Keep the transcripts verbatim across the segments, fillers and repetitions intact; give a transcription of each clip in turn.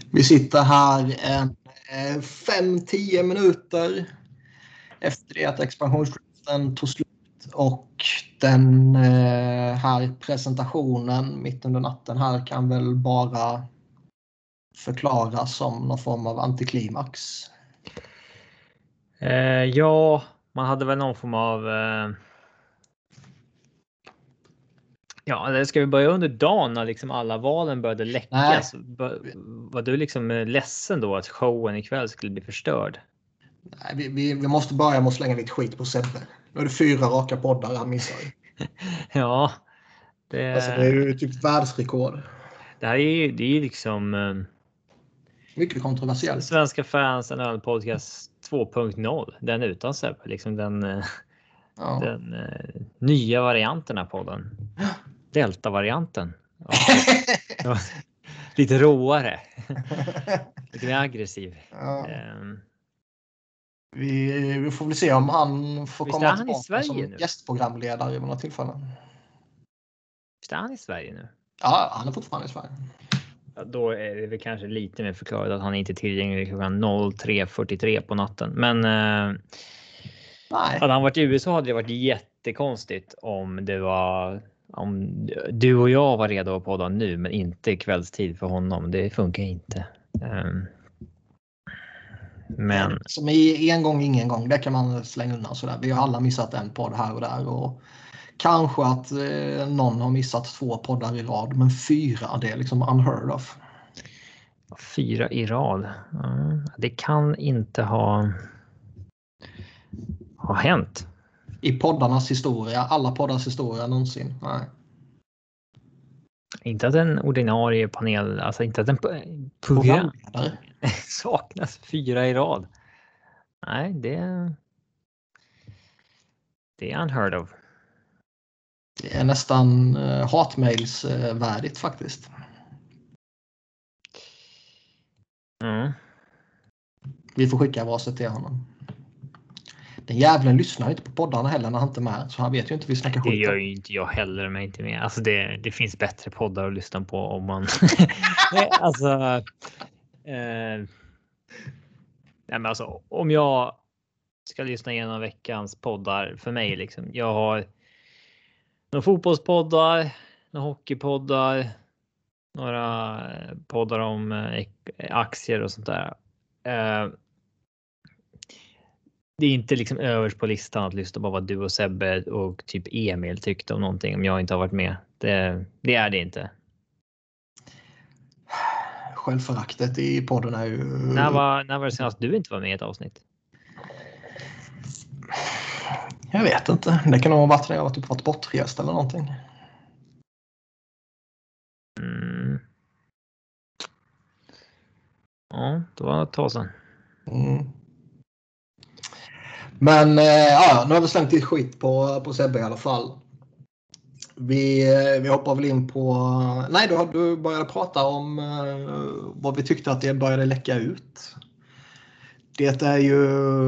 Vi sitter här en fem till tio minuter efter det att expansionsdraften tog slut och den här presentationen mitt under natten här kan väl bara förklaras som någon form av antiklimax. Eh, ja, man hade väl någon form av... Eh... Ja, det ska vi börja under dagen när liksom alla valen började läckas. Var du liksom ledsen då att showen ikväll skulle bli förstörd? Nej, vi, vi, vi måste börja med att slänga lite skit på Sebbe. Nu är det fyra raka poddar han missar. Ja. Det... Alltså det är ju typ världsrekord. Det här är ju det är liksom... Mycket kontroversiellt. Svenska fans, en öl podcast två punkt noll. Den utan Sebbe. Liksom den, ja. den uh, nya varianten av podden. Delta-varianten. Ja. Lite råare. Lite mer aggressiv. Ja. Um, vi, vi får väl se om han får Visst komma han tillbaka som nu? gästprogramledare vid några tillfällen. Visst är han i Sverige nu? Ja, han är fortfarande i Sverige. Ja, då är det väl kanske lite mer förklarat att han inte är tillgänglig klockan tre fyrtiotre på natten. Men uh, Nej. Hade han varit i U S A hade det varit jättekonstigt om det var... Om du och jag var redo på podda nu, men inte kvällstid för honom. Det funkar inte. Um, men... Som i en gång, ingen gång. Det kan man slänga undan sådär. Vi har alla missat en podd här och där. Och kanske att eh, någon har missat två poddar i rad. Men fyra, det är liksom unheard of. Fyra i rad. Mm, det kan inte ha... ha hänt. I poddarnas historia. Alla poddars historia någonsin. Nej. Inte att en ordinarie panel, alltså inte att en program saknas fyra i rad. Nej, det det är unheard of. Det är nästan uh, hatmails uh, värdigt faktiskt. Mm. Vi får skicka varsitt till honom. Den jävlen lyssnar inte på poddarna heller när han inte är med. Så han vet ju inte vi snackar skit. Det gör ju inte jag heller om jag inte är med. Alltså det, det finns bättre poddar att lyssna på om man... alltså... Eh, nej men alltså om jag ska lyssna igenom veckans poddar för mig liksom. Jag har några fotbollspoddar, några hockeypoddar, några poddar om eh, aktier och sånt där. Eh, Det är inte liksom överst på listan att lyssna på vad du och Sebbe och typ Emil tyckte om någonting om jag inte har varit med. Det, det är det inte. Självföraktet i podden är ju... När var, när var det senast du inte var med i ett avsnitt? Jag vet inte. Det kan nog ha varit när jag var typ varit bortrest eller någonting. Mm. Ja, det var ett tag sedan. Mm. Men eh, ja, nu har vi slängt till skit på, på Sebbe i alla fall. Vi, vi hoppar väl in på... Nej, då har du börjat prata om eh, vad vi tyckte att det började läcka ut. Det är ju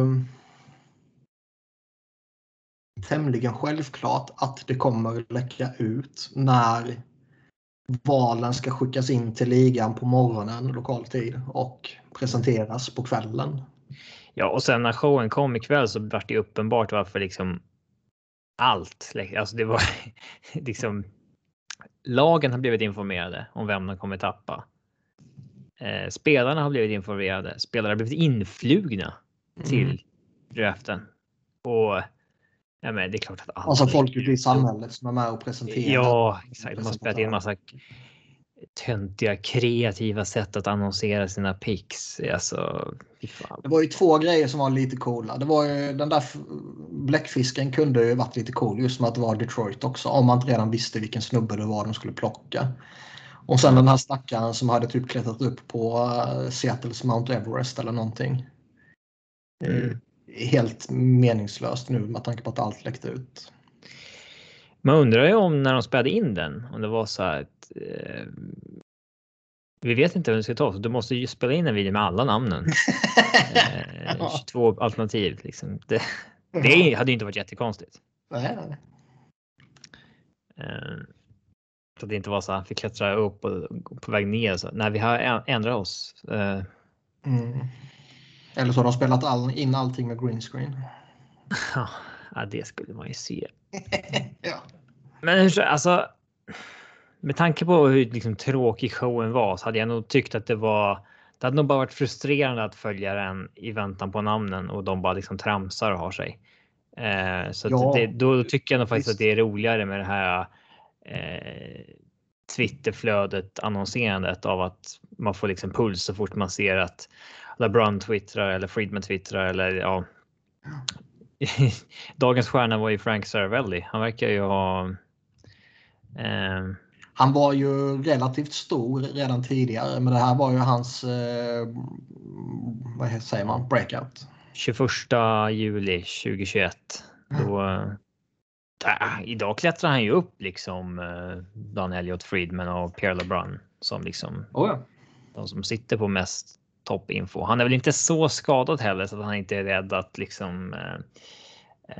tämligen självklart att det kommer läcka ut när valen ska skickas in till ligan på morgonen lokal tid och presenteras på kvällen. Ja, och sen när showen kom ikväll så var det uppenbart varför liksom allt, alltså det var liksom lagen har blivit informerade om vem de kommer tappa. Eh, spelarna har blivit informerade. Spelare har blivit influgna till mm. draften. Och ja, men det är klart att alla... Alltså folk ute i samhället som är med och presenterar. Ja, exakt. De har spelat in en massa töntiga, kreativa sätt att annonsera sina picks. Alltså, det var ju två grejer som var lite coola. Det var ju, den där bläckfisken kunde ju varit lite cool just med att det var Detroit också. Om man inte redan visste vilken snubbe det var de skulle plocka. Och sen den här stackaren som hade typ klättrat upp på Seattles Mount Everest eller någonting. Mm. Helt meningslöst nu med tanke på att allt läckte ut. Man undrar ju om när de spelade in den, om det var så här att eh, vi vet inte hur det ska ta, så du måste ju spela in en video med alla namnen. eh, ja. tjugotvå alternativ liksom. Det, det hade ju inte varit jättekonstigt. Nej, nej. Eh, att det inte var så att han fick klättra upp och på väg ner. Så, nej, vi har ändrat oss. Uh. Mm. Eller så har de spelat all, in allting med green screen. Ja, det skulle man ju se. Ja. Men alltså, med tanke på hur liksom, tråkig showen var så hade jag nog tyckt att det var det hade nog bara varit frustrerande att följa den i väntan på namnen och de bara liksom tramsar och har sig. Eh, så Ja, det, då tycker jag nog faktiskt visst. att det är roligare med det här eh, Twitterflödet, annonserandet av att man får liksom puls så fort man ser att LeBron twittrar eller Friedman twittrar eller ja. Dagens stjärna var ju Frank Saravelli. Han verkar ju ha eh, han var ju relativt stor redan tidigare, men det här var ju hans eh, vad säger man, breakout. tjugoförsta juli tjugohundratjugoett. Då, äh, idag klättrar han ju upp liksom äh, Dan Elliott, Friedman och Pierre LeBrun som liksom oh ja. de som sitter på mest toppinfo. Han är väl inte så skadad heller så att han inte är rädd att liksom äh,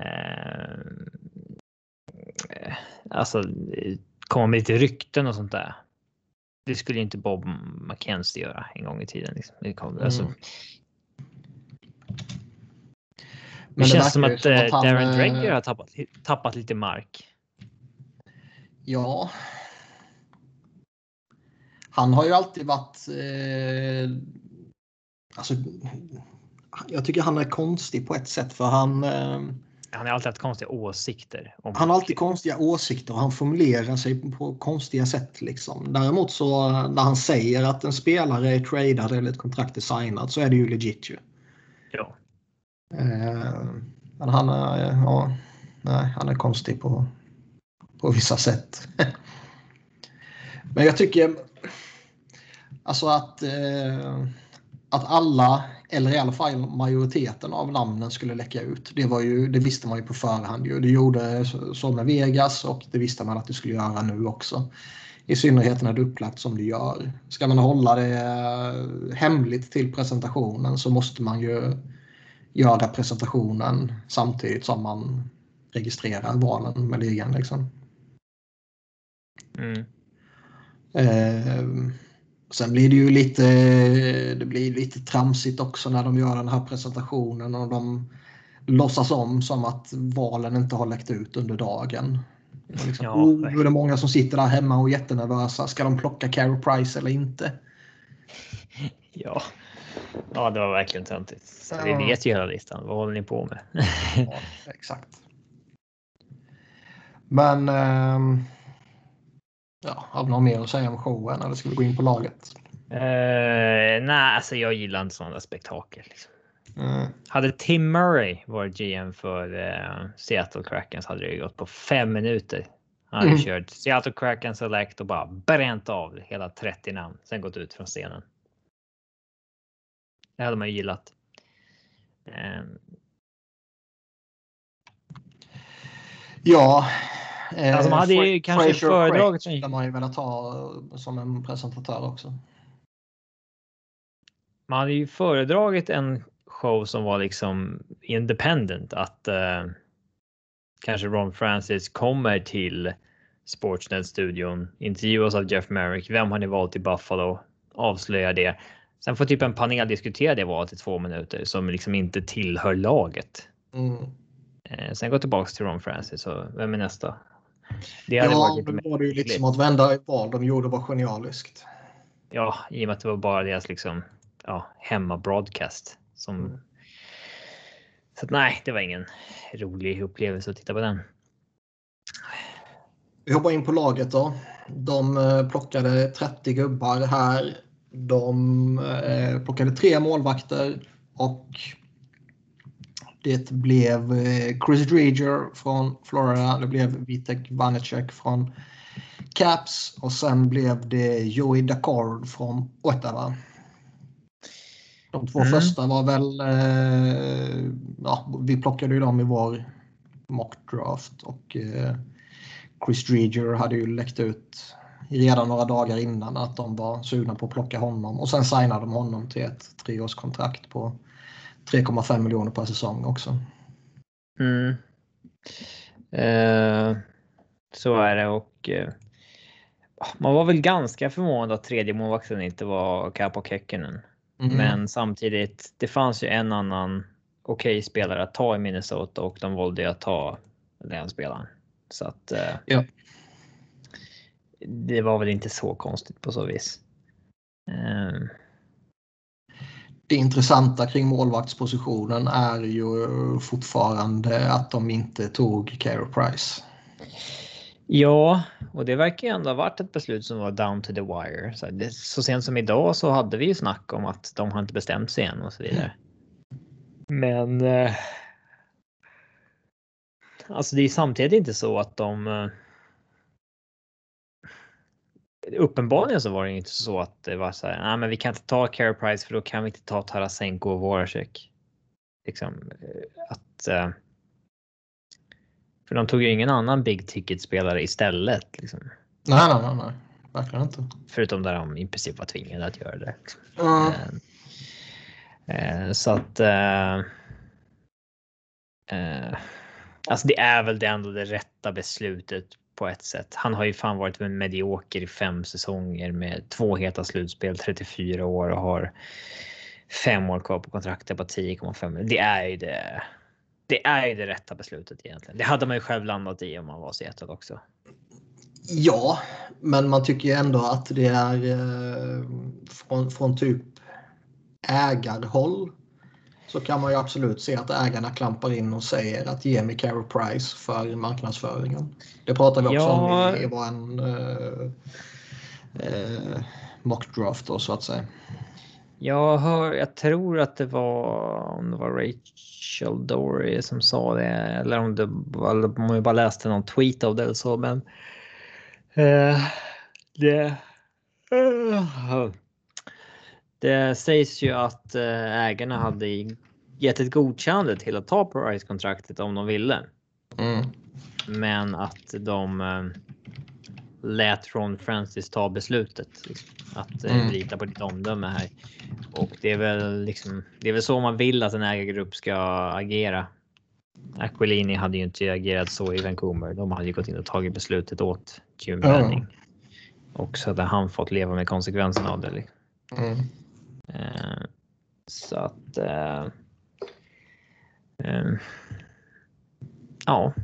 äh, alltså komma med lite rykten och sånt där. Det skulle inte Bob McKenzie göra en gång i tiden. Liksom. Det, kom, mm. alltså, det, det känns som att, som att han, Darren Dreger har tappat, tappat lite mark. Ja. Han har ju alltid varit eh, alltså, jag tycker han är konstig på ett sätt för han eh, han har alltid haft konstiga åsikter. Om han har alltid konstiga åsikter och han formulerar sig på konstiga sätt liksom. Däremot så när han säger att en spelare är tradad eller ett kontrakt är signat så är det ju legit ju. Ja. Eh, men han är, ja, nej, han är konstig på, på vissa sätt. Men jag tycker alltså att, eh, att alla, eller i alla fall majoriteten av namnen skulle läcka ut. Det, var ju, det visste man ju på förhand. Ju. Det gjorde så med Vegas och det visste man att det skulle göra nu också. I synnerhet när det är upplagt som det gör. Ska man hålla det hemligt till presentationen så måste man ju göra presentationen samtidigt som man registrerar valen med ligan. Liksom. Mm. Eh, sen blir det ju lite det blir lite tramsigt också när de gör den här presentationen och de låtsas om som att valen inte har läckt ut under dagen. Liksom, ja, oh, nu är det många som sitter där hemma och är jättenervösa. Ska de plocka Carey Price eller inte? Ja, ja det var verkligen töntigt. Ja. Vi vet ju hela listan. Vad håller ni på med? Ja, exakt. Men ähm, ja, har vi något mer att säga om showen eller ska vi gå in på laget? Uh, nej, alltså jag gillar inte sådana spektakel. Liksom. Mm. Hade Tim Murray varit G M för uh, Seattle Kraken så hade det gått på fem minuter. Han hade mm. kört Seattle Kraken Select och bara bränt av hela trettio namn. Sen gått ut från scenen. Det hade man ju gillat. Um. Ja. Eh, alltså man hade ju Fra- kanske föredragit som man ju velat ha som en presentatör också. Man hade ju föredragit en show som var liksom independent att uh, kanske Ron Francis kommer till Sportsnet-studion, intervjuas av Jeff Merrick. Vem har ni valt i Buffalo? Avslöjar det. Sen får typ en panel diskutera det valet i två minuter som liksom inte tillhör laget. Mm. Eh, sen gå tillbaka till Ron Francis och vem är nästa? Det hade ja, varit lite då var det ju liksom att vända val de gjorde var genialiskt. Ja, i och med att det var bara deras liksom ja, hemma broadcast som mm. Så att, nej, det var ingen rolig upplevelse att titta på den. Vi hoppar in på laget då. De plockade trettio gubbar här. De eh, plockade tre målvakter och det blev Chris Driedger från Florida. Det blev Vitek Vanecek från Caps och sen blev det Joey Daccord från Ottawa. De två mm. första var väl eh, ja, vi plockade ju dem i vår mock draft och eh, Chris Driedger hade ju läckt ut redan några dagar innan att de var sugna på att plocka honom och sen signade de honom till ett treårskontrakt på tre komma fem miljoner per säsong också. Mm. Eh, så är det och eh, man var väl ganska förvånad att tredje målvakten inte var Kaapo Kähkönen. Mm. Men samtidigt, det fanns ju en annan okej okay spelare att ta i Minnesota och de valde att ta den spelaren. Så att eh, ja. Det var väl inte så konstigt på så vis. Um. Det intressanta kring målvaktspositionen är ju fortfarande att de inte tog Carey Price. Ja, och det verkar ju ändå ha varit ett beslut som var down to the wire. Så, det, så sent som idag så hade vi ju snack om att de har inte bestämt sig än och så vidare. Men eh, alltså det är samtidigt inte så att de eh, uppenbarligen så var det inte så att det var så här, nej men vi kan inte ta Carey Price för då kan vi inte ta Tarasenko och Voracek. Liksom att eh, för de tog ju ingen annan big ticket spelare istället liksom. Nej, nej, nej, nej. Verkligen inte. Förutom där de i princip var tvingade att göra det. Liksom. Mm. Eh, eh, så att eh, eh, alltså det är väl det ändå det rätta beslutet på ett sätt. Han har ju fan varit en medioker i fem säsonger med två heta slutspel, trettiofyra år och har fem år kvar på kontraktet på tio komma fem. Det är ju det. Det är ju det rätta beslutet egentligen. Det hade man ju själv landat i om man var Seattle också. Ja, men man tycker ju ändå att det är eh, från, från typ ägarhåll så kan man ju absolut se att ägarna klampar in och säger att ge mig Carey Price för marknadsföringen. Det pratar vi också ja. om i, i vår eh, eh, mockdraft då så att säga. Jag hör, jag tror att det var, om det var Rachel Dory som sa det eller om det var, om jag bara läste någon tweet av det eller så, men eh, det uh, det sägs ju att ägarna hade gett ett godkännande till att ta Price-kontraktet om de ville. Mm. Men att de äh, lät Ron Francis ta beslutet. Liksom, att äh, mm. lita på ditt omdöme här. Och det är väl liksom, det är väl så man vill att en ägargrupp ska agera. Aquilini hade ju inte agerat så i Vancouver. De hade ju gått in och tagit beslutet åt Jim Manning. Mm. Och så hade han fått leva med konsekvenserna av det. Liksom. Mm. Uh, så att uh, uh, ja.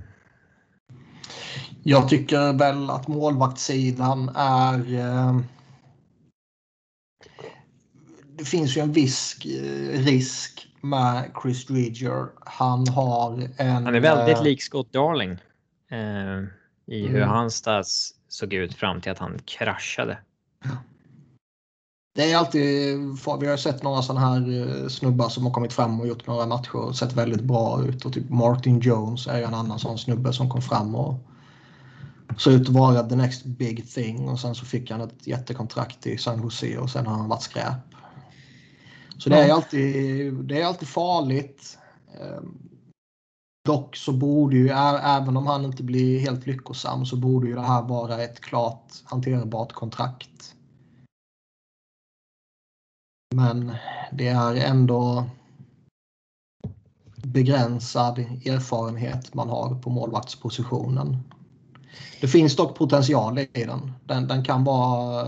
Jag tycker väl att målvaktssidan är uh, det finns ju en viss uh, risk med Chris Driedger. Han har en han är väldigt uh, lik Scott Darling uh, i hur mm. hans stats såg ut fram till att han kraschade. Det är alltid, vi har sett några sådana här snubbar som har kommit fram och gjort några matcher och sett väldigt bra ut. Och typ Martin Jones är en annan sån snubbe som kom fram och såg ut att vara the next big thing. Och sen så fick han ett jättekontrakt i San Jose och sen har han varit skräp. Så det är alltid, det är alltid farligt. Dock så borde ju, även om han inte blir helt lyckosam, så borde ju det här vara ett klart hanterbart kontrakt. Men det är ändå begränsad erfarenhet man har på målvaktspositionen. Det finns dock potential i den. Den, den kan vara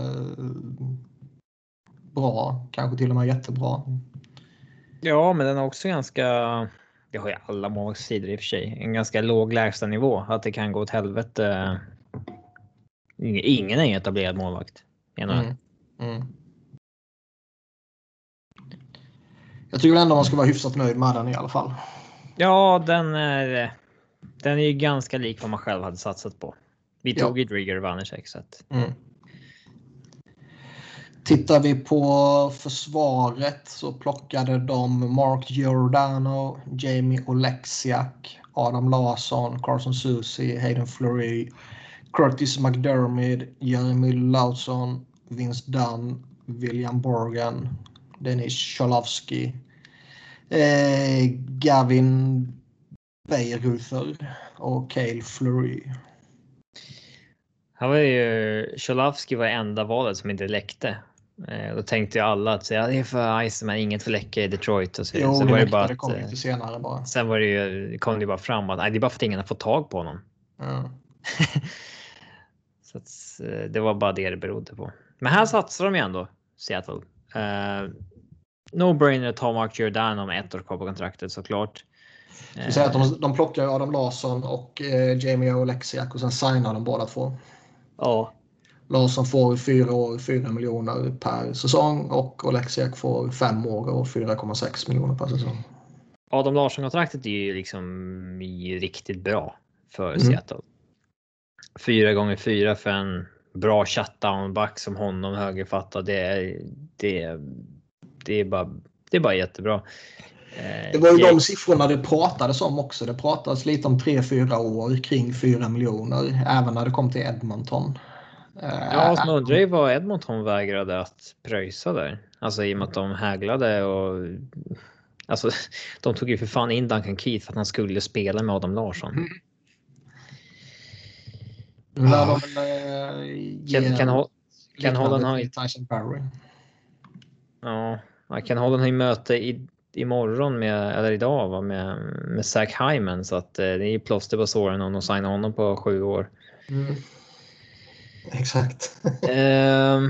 bra, kanske till och med jättebra. Ja, men den är också ganska, det har ju alla målvaktssidor i och för sig, en ganska låg lägsta nivå. Att det kan gå åt helvete. Ingen är en etablerad målvakt. Mm. Mm. Jag tycker ändå man ska vara hyfsat nöjd med den i alla fall. Ja, den är, den är ju ganska lik vad man själv hade satsat på. Vi tog ju ja. Driedger och Vanecek. Så att... mm. Tittar vi på försvaret så plockade de Mark Giordano, Jamie Oleksiak, Adam Larsson, Carson Soucy, Hayden Fleury, Curtis McDermott, Jeremy Lawson, Vince Dunn, William Borgen, Denis Cholowski, eh, Gavin Beiruther och Cale Fleury. Han var ju, Cholowski var enda valet som inte läckte. Eh, då tänkte ju alla att säga, det är för Iceman, inget för läcka i Detroit. Och så, jo, så det, var det, läckte, bara det kom att, lite senare bara. Sen var det ju, kom det bara fram att nej, det är bara för att ingen har fått tag på honom. Mm. Så att, det var bara det det berodde på. Men här satsar de ju ändå, Seattle. Uh, No-brainer att ta Mark Giordano med ett år kvar på kontraktet såklart. Ska säga att de, de plockar Adam Larsson och eh, Jamie Oleksiak och sen signar de båda två. Ja. Larsson får fyra år, fyra miljoner per säsong och Oleksiak får fem år och fyra komma sex miljoner per säsong. Adam Larsson-kontraktet är ju liksom riktigt bra för Mm. Seattle. Fyra gånger fyra för en bra shutdown-back som honom högerfattad. Det är, det, det är bara det är bara jättebra. Det var ju de siffrorna det pratades om också. Det pratades lite om tre fyra år kring fyra miljoner även när det kom till Edmonton. Ja, som undrar ju vad Edmonton vägrade att pröjsa där. Alltså i och med att de häglade och alltså de tog ju för fan in Duncan Keith för att han skulle spela med Adam Larsson. Mm. När de äh, ger kan, kan, kan Holland ha Tyson Barry. Ja, kan Holland ha i möte i imorgon med eller idag va, med med Zach Hyman så att eh, det är plåster på såren om de signar honom på sju år. Mm. Exakt. eh,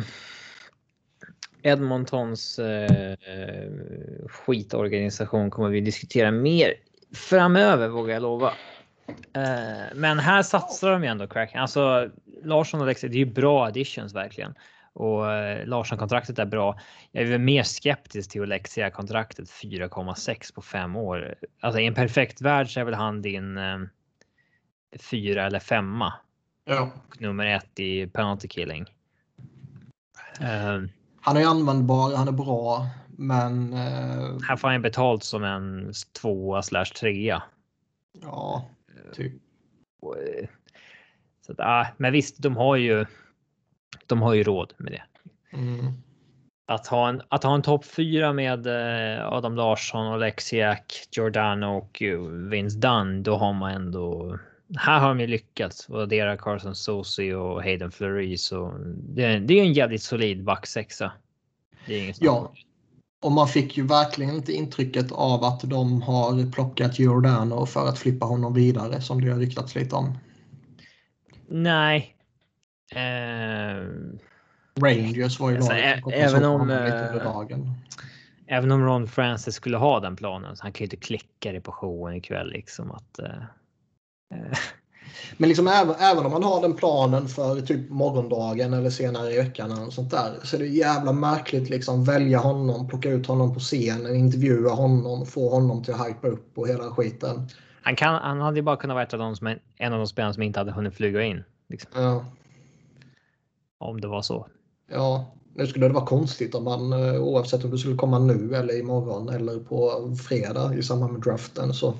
Edmontons eh, skitorganisation kommer vi diskutera mer framöver vågar jag lova. Eh, men här satsar de ju ändå crack. Alltså Larsson och Alexis, det är ju bra additions verkligen. Och eh, Larsson-kontraktet är bra. Jag är väl mer skeptisk till Alexia-kontraktet fyra komma sex på fem år. Alltså i en perfekt värld så är väl han din eh, fyra eller femma. Ja. Nummer ett i penalty killing. Uh, han är användbar, han är bra. Men... Uh, här får han betalt som en tvåa slash trea. Ja, typ. Uh, så att, uh, men visst, de har ju de har ju råd med det. Mm. Att ha en, att ha en topp fyra med eh, Adam Larsson, Oleksiak, Giordano och Vince Dunn, då har man ändå... Här har de ju lyckats. Och Dera Carson Sosi och Hayden Fleury. Så det, det är en jävligt solid backsexa. Det är inget ja, och man fick ju verkligen inte intrycket av att de har plockat Giordano för att flippa honom vidare, som det har ryktats lite om. Nej. Eh... Rangers var ju alltså, laget som även om lite under dagen. Även om Ron Francis skulle ha den planen så han kan ju inte klicka det på showen ikväll liksom att eh, men liksom även, även om man har den planen för typ morgondagen eller senare i veckan och sånt där så är det jävla märkligt liksom välja honom, plocka ut honom på scenen, intervjua honom, få honom till att hypa upp och hela skiten. Han kan han hade ju bara kunnat vara ett av de som en, en av de spelarna som inte hade hunnit flyga in liksom. Ja. Om det var så. Ja, nu skulle det vara konstigt om man oavsett om det skulle komma nu eller imorgon eller på fredag i samband med draften så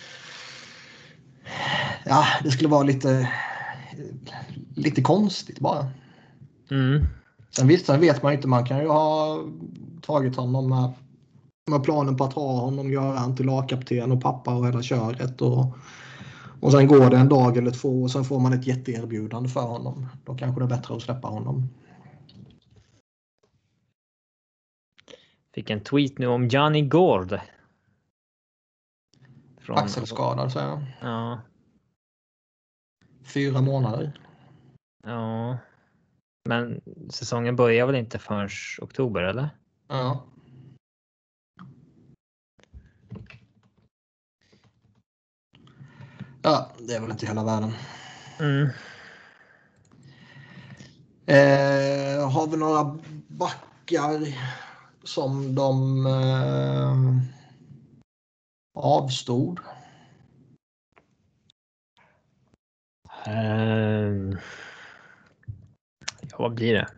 ja, det skulle vara lite lite konstigt bara. Mm. Sen visst, sen vet man inte, man kan ju ha tagit honom med, med planen på att ha honom, göra han till lagkapten och pappa och hela köret och, och sen går det en dag eller två och sen får man ett jätteerbjudande för honom. Då kanske det är bättre att släppa honom. Fick en tweet nu om Johnny Gord. Från... Axelskadad säger jag. Ja. Fyra månader. Ja. Men säsongen börjar väl inte förrän oktober eller? Ja. Ja, det är väl inte hela världen. Mm. Eh, har vi några backar som de eh, avstod? Um, ja, vad blir det?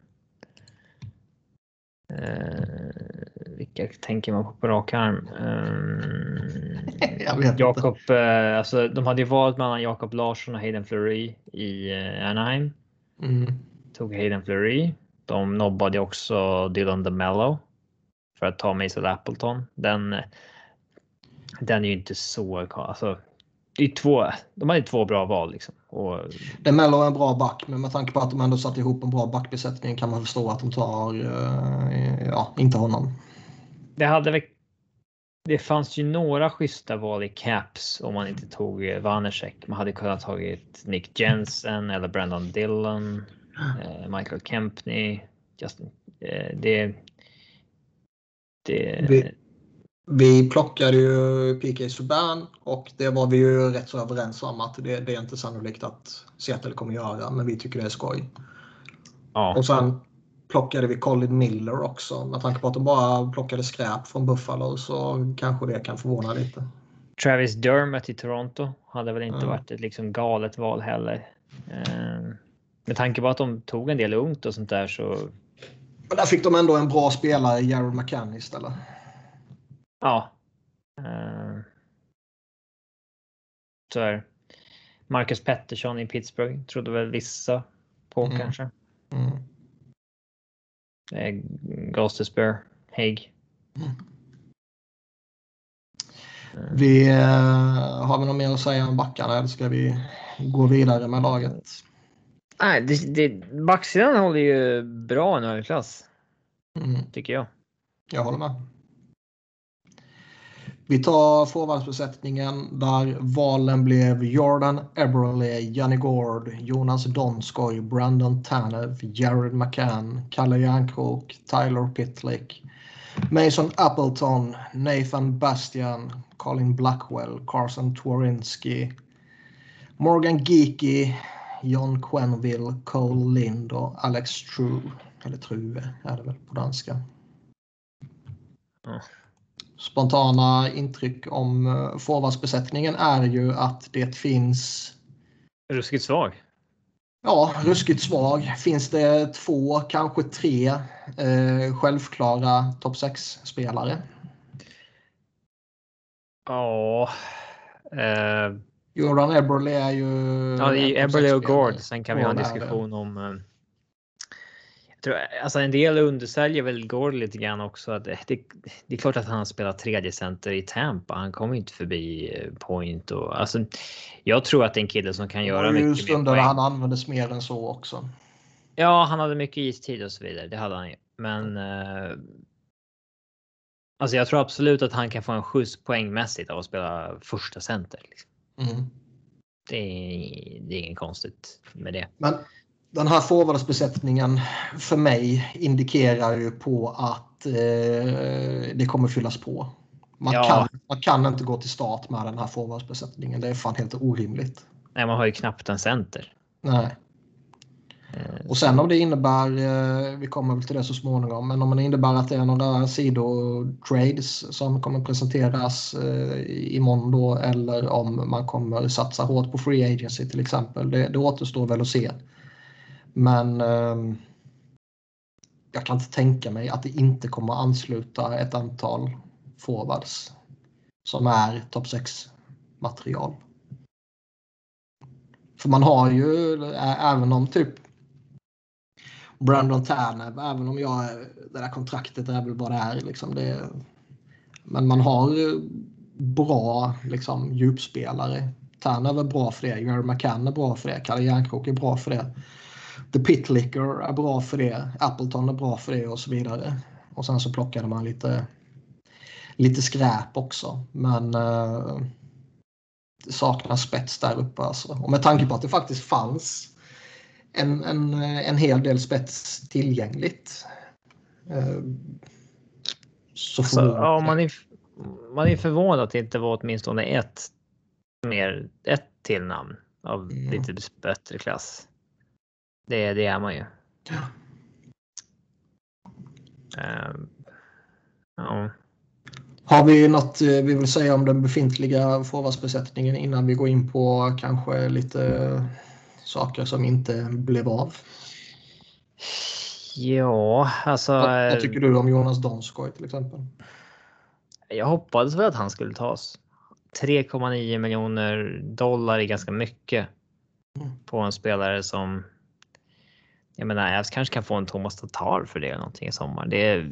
Uh, vilka tänker man på på rak arm? Um, Jag vet Jakob, uh, alltså de hade ju valt mellan Jakob Larsson och Hayden Fleury i uh, Anaheim. Mm. Tog Hayden Fleury. De nobbade också Dylan DeMello för att ta Mason Appleton. Den, den är ju inte så... Alltså, det är två, de hade två bra val. Liksom. Och... DeMello är en bra back, men med tanke på att de ändå satt ihop en bra backbesättning kan man förstå att de tar uh, ja, inte honom. Det hade väl... Det fanns ju några schyssta val i Caps om man inte tog Vanecek. Man hade kunnat tagit Nick Jensen eller Brandon Dillon. eh, Michael Kempney, Justin, eh, det, det... Vi, vi plockade ju P K Subban och det var vi ju rätt så överens om att det, det är inte sannolikt att Seattle kommer göra, men vi tycker det är skoj. Ja. Och sen plockade vi Colin Miller också. Med tanke på att de bara plockade skräp från Buffalo så kanske det kan förvåna lite. Travis Dermott i Toronto hade väl inte Mm. varit ett liksom galet val heller. Eh, med tanke på att de tog en del ungt och sånt där så... Men där fick de ändå en bra spelare, Jared McCann istället. Ja. Eh, så är Marcus Pettersson i Pittsburgh trodde väl vissa på Mm. kanske. Mm. Eh, Gostisbehere, Haig. Mm. Vi, eh, har vi något mer att säga om backarna eller ska vi gå vidare med laget? Nej, det, det, backsidan håller ju bra nu i klass. Mm. Tycker jag. Jag håller med. Vi tar forwardsbesättningen där valen blev Jordan Eberle, Johnny Gord, Jonas Donskoj, Brandon Tanev, Jared McCann, Kalle Järnkrok, Tyler Pitlick, Mason Appleton, Nathan Bastian, Colin Blackwell, Carson Twarynski, Morgan Geeky, John Quenneville, Cole Lind och Alex True. Eller True är det väl på danska. Mm. Spontana intryck om uh, forwardsbesättningen är ju att det finns... Ruskigt svag. Ja, ruskigt svag. Finns det två, kanske tre eh, självklara topp sex-spelare? Ja. Eh, Jordan Eberle är ju... ja, det är ju Eberle och Gord. Sen kan vi ha en Gord är diskussion om... Eh, jag tror, alltså en del undersäljer väl Gord lite grann också. Att det, det, det är klart att han spelar tredje center i Tampa. Han kommer inte förbi point. Och, alltså, jag tror att det är en kille som kan göra mycket mer stunder poäng. han användes mer än så också. Ja, han hade mycket istid och så vidare. Det hade han ju. Men... Eh, alltså jag tror absolut att han kan få en skjuts poängmässigt av att spela första center. Liksom. Mm. Det, är, det är inget konstigt med det. Men den här forwardsbesättningen för mig indikerar ju på att eh, det kommer fyllas på. Man, Ja. kan, man kan inte gå till start med den här forwardsbesättningen. Det är fan helt orimligt. Nej, man har ju knappt en center. Nej. Eh, Och sen om det innebär, eh, vi kommer väl till det så småningom, men om det innebär att det är några sidotrades som kommer presenteras eh, imorgon då, eller om man kommer satsa hårt på free agency till exempel, det, det återstår väl att se. Men eh, jag kan inte tänka mig att det inte kommer ansluta ett antal forwards som är topp sex material. För man har ju, även om typ Brandon Tanev, även om jag, det där kontraktet är väl vad det är. Liksom det, men man har bra liksom, djupspelare. Tanev är bra för det. Jared McCann är bra för det. Kalle Järnkrok är bra för det. The Pitlicker är bra för det. Appleton är bra för det och så vidare. Och sen så plockade man lite, lite skräp också. Men uh, det saknas spets där uppe. Alltså. Och med tanke på att det faktiskt fanns En, en, en hel del spets tillgängligt. Så alltså, ja, man, är, man är förvånad att det inte var åtminstone ett mer ett till namn av mm. lite bättre klass. Det, det är man ju. Ja. Um, ja. Har vi något vi vill säga om den befintliga forwardsbesättningen innan vi går in på kanske lite saker som inte blev av? Ja, alltså... Vad, vad tycker du om Jonas Donskoj till exempel? Jag hoppades väl att han skulle tas. tre komma nio miljoner dollar är ganska mycket mm. på en spelare som... Jag menar, jag kanske kan få en Thomas Tatar för det eller någonting i sommar. Det är...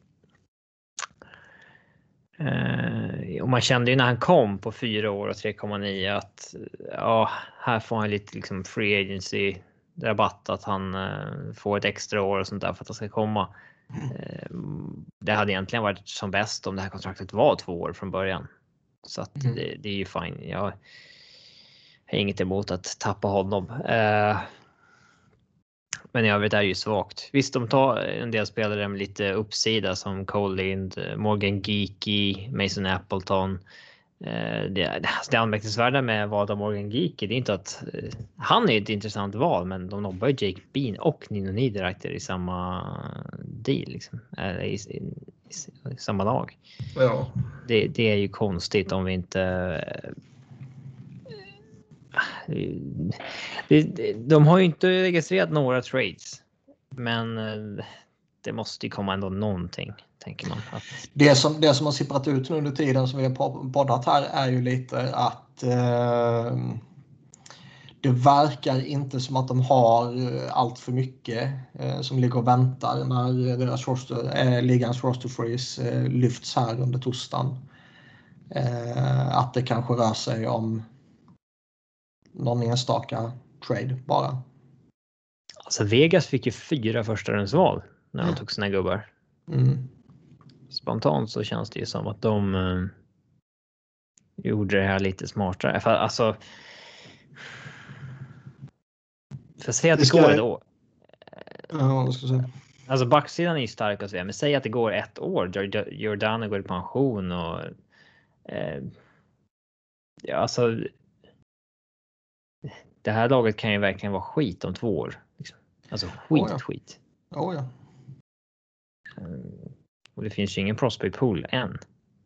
Eh, och man kände ju när han kom på fyra år och tre komma nio att ja, här får han lite liksom free agency rabatt, att han eh, får ett extra år och sånt där för att han ska komma. Eh, det hade egentligen varit som bäst om det här kontraktet var två år från början. Så att mm. det, det är ju fine. Jag har inget emot att tappa honom. Eh, Men i övrigt är det ju svagt. Visst, de tar en del spelare med lite uppsida som Cole Lind, Morgan Geeky, Mason Appleton. Det, det anmärkningsvärda med valet av Morgan Geeky, det är inte att han är ett intressant val, men de nobbar ju Jake Bean och Nino Niederreiter i samma deal liksom, i, i, i, i samma lag. Ja. Det, det är ju konstigt om vi inte de har ju inte registrerat några trades, men det måste ju komma ändå någonting, tänker man. Att... Det, som, det som har sipprat ut nu under tiden som vi har poddat här är ju lite att eh, det verkar inte som att de har allt för mycket eh, som ligger och väntar när deras roster, eh, ligans roster freeze eh, lyfts här under torsdagen. Eh, att det kanske rör sig om någon enstaka trade bara. Alltså Vegas fick ju fyra första rundsval när de tog sina gubbar. Mm. Spontant så känns det ju som att de eh, gjorde det här lite smartare. För alltså för säg att det, det går ett år. Ja, vad ska jag säga? Alltså backsidan är ju stark och så, men säg att det går ett år. Giordano går i pension och eh, ja, alltså det här laget kan ju verkligen vara skit om två år. Liksom. Alltså skit, oh ja. skit. Oh ja. Och det finns ju ingen prospect pool än.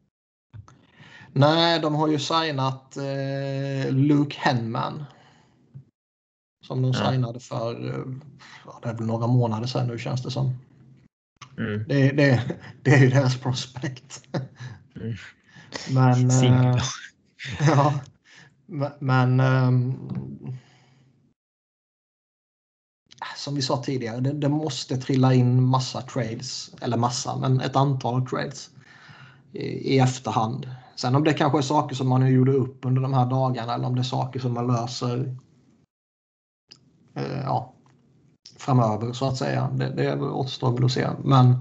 Nej, de har ju signat eh, Luke Henman. Som de ja. signade för ja, det är väl några månader sedan nu, känns det som. Mm. Det, det, det är ju deras prospect. Mm. Men äh, ja, men ähm, som vi sa tidigare, det, det måste trilla in massa trades, eller massa, men ett antal trades i, i efterhand. Sen om det kanske är saker som man gjorde upp under de här dagarna, eller om det är saker som man löser äh, ja, framöver så att säga. Det, det återstår väl att se. Men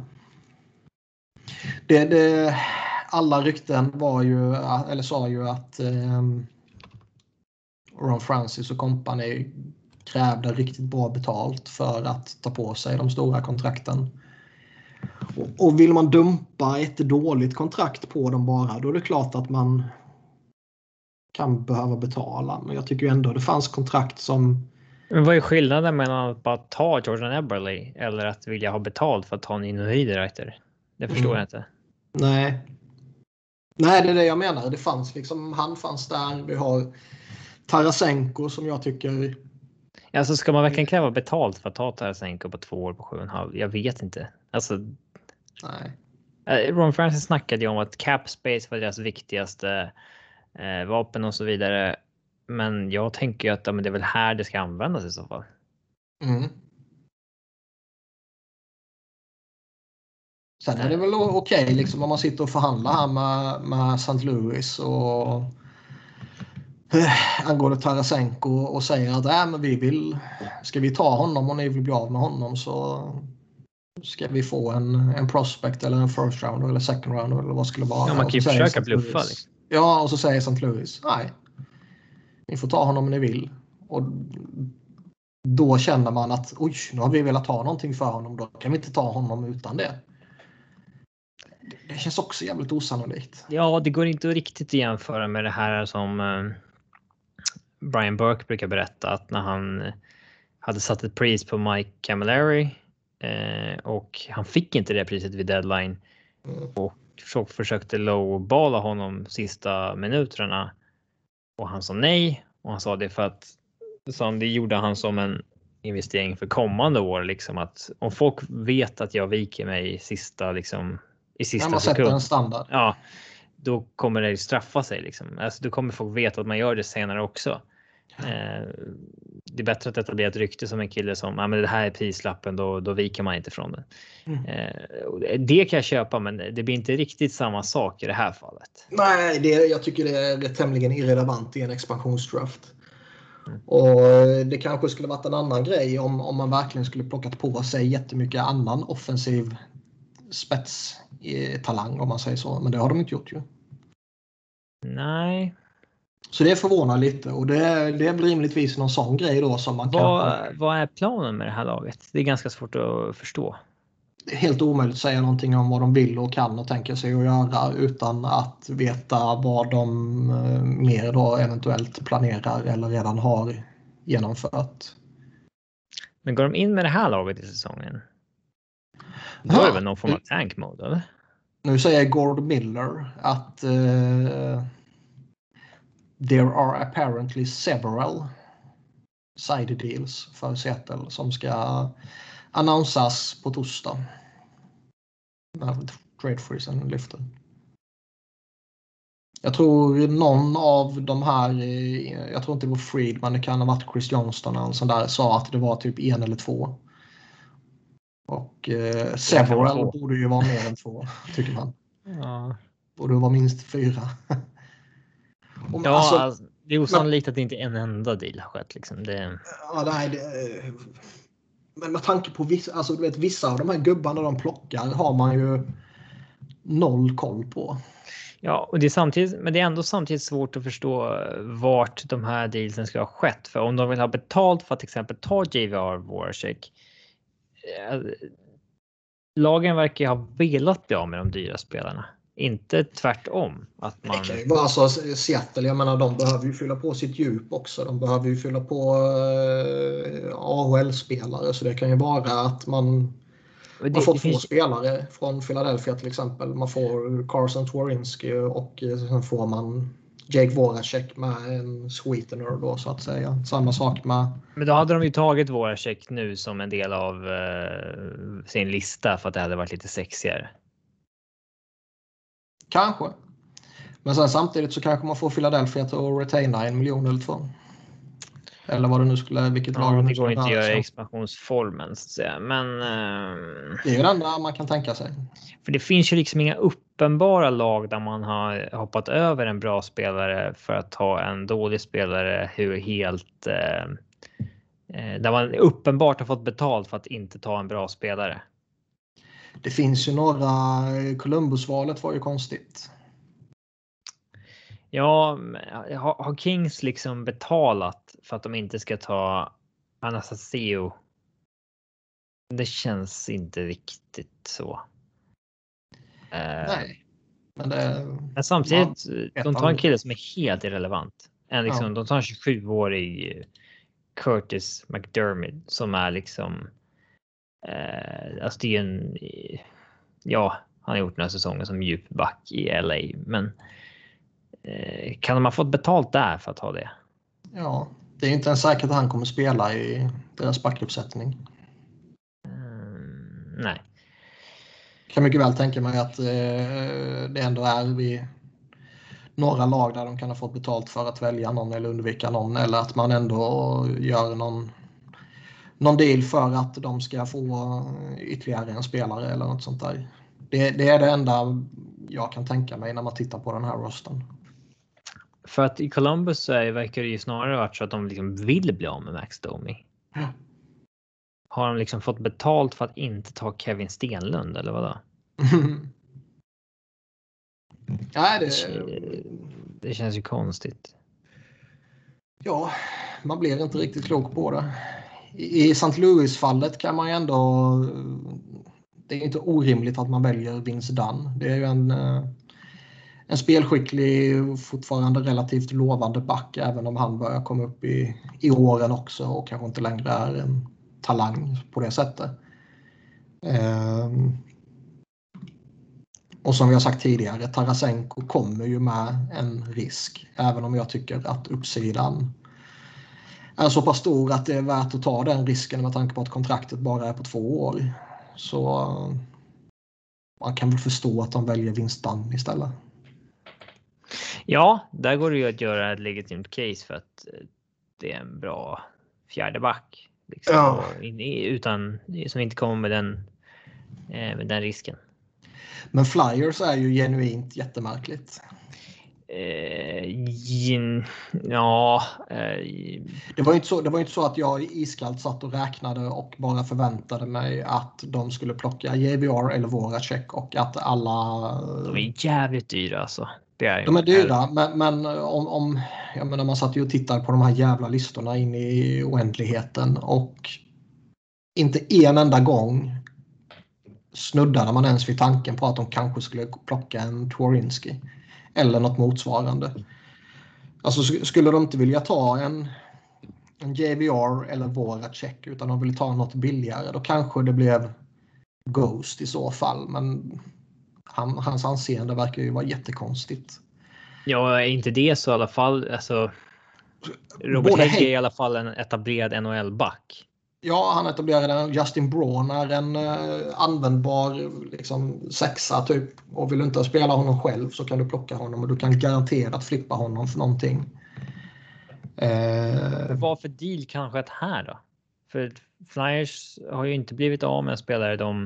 det, det, alla rykten var ju, eller sa ju att um, Ron Francis och company krävde riktigt bra betalt för att ta på sig de stora kontrakten. Och, och vill man dumpa ett dåligt kontrakt på dem bara, då är det klart att man kan behöva betala. Men jag tycker ju ändå det fanns kontrakt som... Men vad är skillnaden mellan att bara ta Jordan Eberle eller att vilja ha betalt för att ta en Niederreiter? Det förstår mm. jag inte. Nej. Nej, det är det jag menar. Det fanns liksom, han fanns där. Vi har Tarasenko som jag tycker... Alltså ska man verkligen kräva betalt för att ta Tarasenko på två år på sju och en halv? Jag vet inte. Alltså... Nej. Ron Francis snackade ju om att cap space var deras viktigaste eh, vapen och så vidare. Men jag tänker ju att ja, men det är väl här det ska användas i så fall. Mm. Sen är det väl okej okay, liksom, om man sitter och förhandlar här med, med Saint Louis och äh, angående Tarasenko och säger att äh, men vi vill, ska vi ta honom och ni vill bli av med honom så ska vi få en, en prospect eller en first round eller second round eller vad skulle det vara. Ja, man kan ju försöka bluffa. Liksom. Ja, och så säger Saint Louis, nej. Ni får ta honom om ni vill. Och då känner man att oj, nu har vi velat ha någonting för honom. Då kan vi inte ta honom utan det. Det känns också jävligt osannolikt. Ja, det går inte riktigt att jämföra med det här som eh, Brian Burke brukar berätta. Att när han hade satt ett pris på Mike Camilleri eh, och han fick inte det priset vid deadline. Mm. Och folk försökte lowballa honom sista minuterna. Och han sa nej. Och han sa det för att så det gjorde han som en investering för kommande år. Liksom att om folk vet att jag viker mig i sista, liksom, i sista man sekund. En standard. Ja, då kommer det straffa sig. Liksom. Alltså, då kommer folk veta att man gör det senare också. Eh, det är bättre att etablera ett rykte som en kille som, ja men det här är prislappen, då, då viker man inte från det. Mm. Eh, det kan jag köpa, men det blir inte riktigt samma sak i det här fallet. Nej, det, jag tycker det är, det är tämligen irrelevant i en expansionsdraft. Mm. Och det kanske skulle varit en annan grej om, om man verkligen skulle plockat på sig jättemycket annan offensiv spetstalang om man säger så. Men det har de inte gjort ju. Nej. Så det förvånar lite och det, det blir rimligtvis någon sån grej då som man vad, kan... Vad är planen med det här laget? Det är ganska svårt att förstå. Det är helt omöjligt att säga någonting om vad de vill och kan och tänker sig att göra utan att veta vad de eh, mer då eventuellt planerar eller redan har genomfört. Men går de in med det här laget i säsongen? Då är det väl någon form av tank mode, eller? Nu säger Gord Miller att uh, there are apparently several side deals för Seattle som ska annonsas på torsdag. När trade freezen lyfter. Jag tror någon av de här, jag tror inte det var Friedman, det kan ha varit Chris Johnston eller sån där, sa att det var typ en eller två. Och eh, several borde ju vara mer än två, tycker man. Ja. Borde vara minst fyra. Och, ja, alltså, alltså, det är osannolikt att det inte en enda deal har skett. Liksom. Det... Ja, nej, det, men med tanke på vissa, alltså, du vet, vissa av de här gubbarna de plockar har man ju noll koll på. Ja, och det är samtidigt, men det är ändå samtidigt svårt att förstå vart de här dealsen ska ha skett. För om de vill ha betalt för att till exempel ta J V R Voracek. Eh, lagen verkar ha velat bli av med de dyra spelarna. Inte tvärtom. Att man... Det kan ju vara så Seattle, jag menar de behöver ju fylla på sitt djup också. De behöver ju fylla på eh, A H L-spelare. Så det kan ju vara att man, det, man får två finns... spelare från Philadelphia till exempel. Man får Carson Twarynski och sen får man Jake Voracek med en sweetener då så att säga. Samma sak med... Men då hade de ju tagit Voracek nu som en del av uh, sin lista för att det hade varit lite sexigare. Kanske. Men sen samtidigt så kanske man får Philadelphia till att retaina en miljon eller två. Eller vad det nu skulle, vilket ja, lag det går inte att göra i expansionsformen så att säga. Men uh, det är ju det enda man kan tänka sig. För det finns ju liksom inga uppenbara lag där man har hoppat över en bra spelare för att ta en dålig spelare hur helt uh, där man uppenbart har fått betalt för att inte ta en bra spelare. Det finns ju några, Columbus-valet var ju konstigt. Ja, har Kings liksom betalat för att de inte ska ta Anastasio? Det känns inte riktigt så. Nej. Men, det, men samtidigt, ja, de tar en kille som är helt irrelevant. En liksom, ja. De tar en tjugosjuårig Curtis McDermott som är liksom eh, alltså det är en ja, han har gjort den här säsongen som djupback i L A, men eh, kan de ha fått betalt där för att ha det? Ja, det är inte ens säkert att han kommer spela i deras backuppsättning. Mm, nej. Jag kan mycket väl tänka mig att eh, det ändå är vid några lag där de kan ha fått betalt för att välja någon eller undvika någon, eller att man ändå gör någon någon deal för att de ska få ytterligare en spelare eller något sånt där. Det, det är det enda jag kan tänka mig när man tittar på den här rosten. För att i Columbus så är, verkar det ju snarare varit så att de liksom vill bli av med Max Domi. Ja. Har de liksom fått betalt för att inte ta Kevin Stenlund eller vad då? Nej, det... det... det känns ju konstigt. Ja, man blir inte riktigt klok på det. I Saint Louis-fallet kan man ju ändå... Det är inte orimligt att man väljer Vince Dunn. Det är ju en, en spelskicklig, fortfarande relativt lovande back, även om han börjar komma upp i, i åren också och kanske inte längre är en talang på det sättet. Um, och som vi har sagt tidigare, Tarasenko kommer ju med en risk, även om jag tycker att uppsidan är så pass stor att det är värt att ta den risken med tanke på att kontraktet bara är på två år. Så man kan väl förstå att de väljer Winston istället. Ja, där går det ju att göra ett legitimt case för att det är en bra fjärde back. Liksom, ja. Utan, som inte kommer med den, med den risken. Men Flyers är ju genuint jättemärkligt. Eh, ja. Eh, det var ju inte så, det var inte så att jag iskallt satt och räknade och bara förväntade mig att de skulle plocka J V R eller Voracek och att alla... De är jävligt dyra alltså. Det är de är dyra, men, men om, om jag menar, man satt ju och tittade på de här jävla listorna in i oändligheten och inte en enda gång snuddade man ens vid tanken på att de kanske skulle plocka en Twarynski eller något motsvarande. Alltså skulle de inte vilja ta en, en J V R eller Voracek utan de vill ta något billigare, då kanske det blev Ghost i så fall, men han, hans anseende verkar ju vara jättekonstigt. Ja, är inte det så i alla fall. Alltså, Robert Både Hägg är Hägg- i alla fall en etablerad N H L-back. Ja, han etablerade en. Justin Braun är en eh, användbar liksom, sexa typ. Och vill du inte spela honom själv så kan du plocka honom och du kan garanterat flippa honom för någonting. Eh, Vad för deal kanske ett här då? För Flyers har ju inte blivit av med spelare de.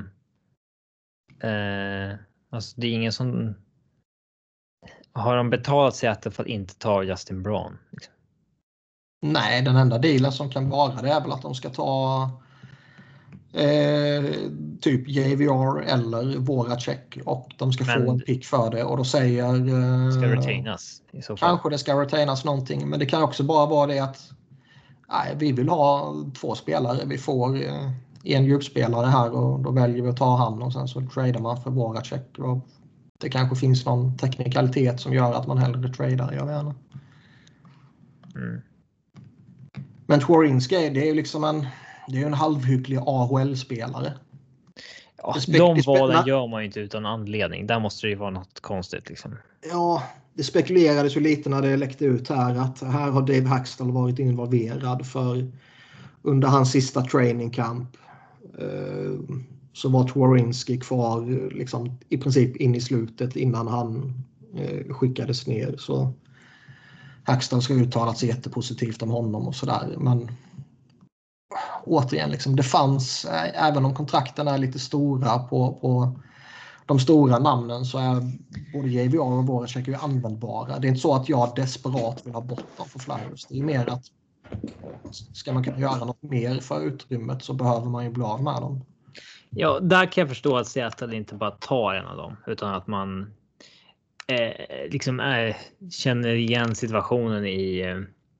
Eh, alltså det är ingen som. Har de betalat sig att för att inte ta Justin Braun? Liksom? nej, den enda dealen som kan vara det är väl att de ska ta eh, typ J V R eller Voracek och de ska Men- få en pick för det och då säger eh, Ska retainas i så fall. kanske det ska retainas någonting, men det kan också bara vara det att nej, vi vill ha två spelare. Vi får eh, en djupspelare här och då väljer vi att ta han och sen så tradar man för Voracek. Och det kanske finns någon teknikalitet som gör att man hellre tradar, jag vet inte. Mm. Men Twarynski, det är ju liksom en, det är ju en halvhygglig A H L-spelare. Ja, Det spek- de det spe- valen na- gör man ju inte utan anledning. Där måste det ju vara något konstigt liksom. Ja, det spekulerades ju lite när det läckte ut här att här har Dave Haxtell varit involverad för under hans sista training camp eh, så var Twarynski kvar liksom, i princip in i slutet innan han eh, skickades ner. Så Haxtell ska uttalat sig jättepositivt om honom och sådär. Men återigen, liksom, det fanns, äh, även om kontrakten är lite stora på, på de stora namnen så är både J V R och Voracek ju användbara. Det är inte så att jag desperat vill ha bort dem för Flyers. Det är mer att ska man kunna göra något mer för utrymmet så behöver man ju bli av med dem. Ja, där kan jag förstå att Seattle inte bara tar en av dem utan att man eh, liksom är, känner igen situationen i eh,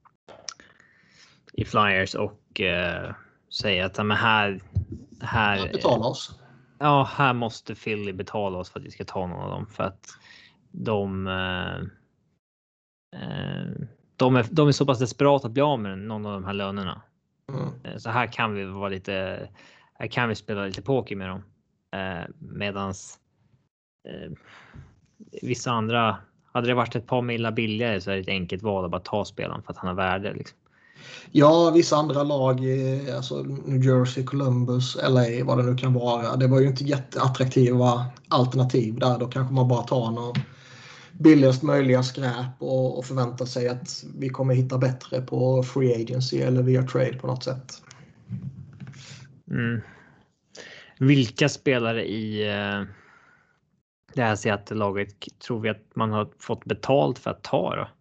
i Flyers och eh, säger att men här här Betala oss. ja, här måste Philly betala oss för att vi ska ta någon av dem för att de eh, eh, de är de är så pass desperata att bli av med någon av de här lönerna. Mm. Så här kan vi vara lite. Här kan vi spela lite poker med dem. Eh, medans eh, vissa andra. Hade det varit ett par millar billigare så är det ett enkelt val att bara ta spelaren för att han har värde. Liksom. Ja, vissa andra lag, alltså New Jersey, Columbus, L A, vad det nu kan vara. Det var ju inte jätteattraktiva alternativ där. Då kanske man bara tar något billigast möjliga skräp och, och förväntar sig att vi kommer hitta bättre på free agency eller via trade på något sätt. Mm. Vilka spelare i eh, det här Seattle-laget tror vi att man har fått betalt för att ta då?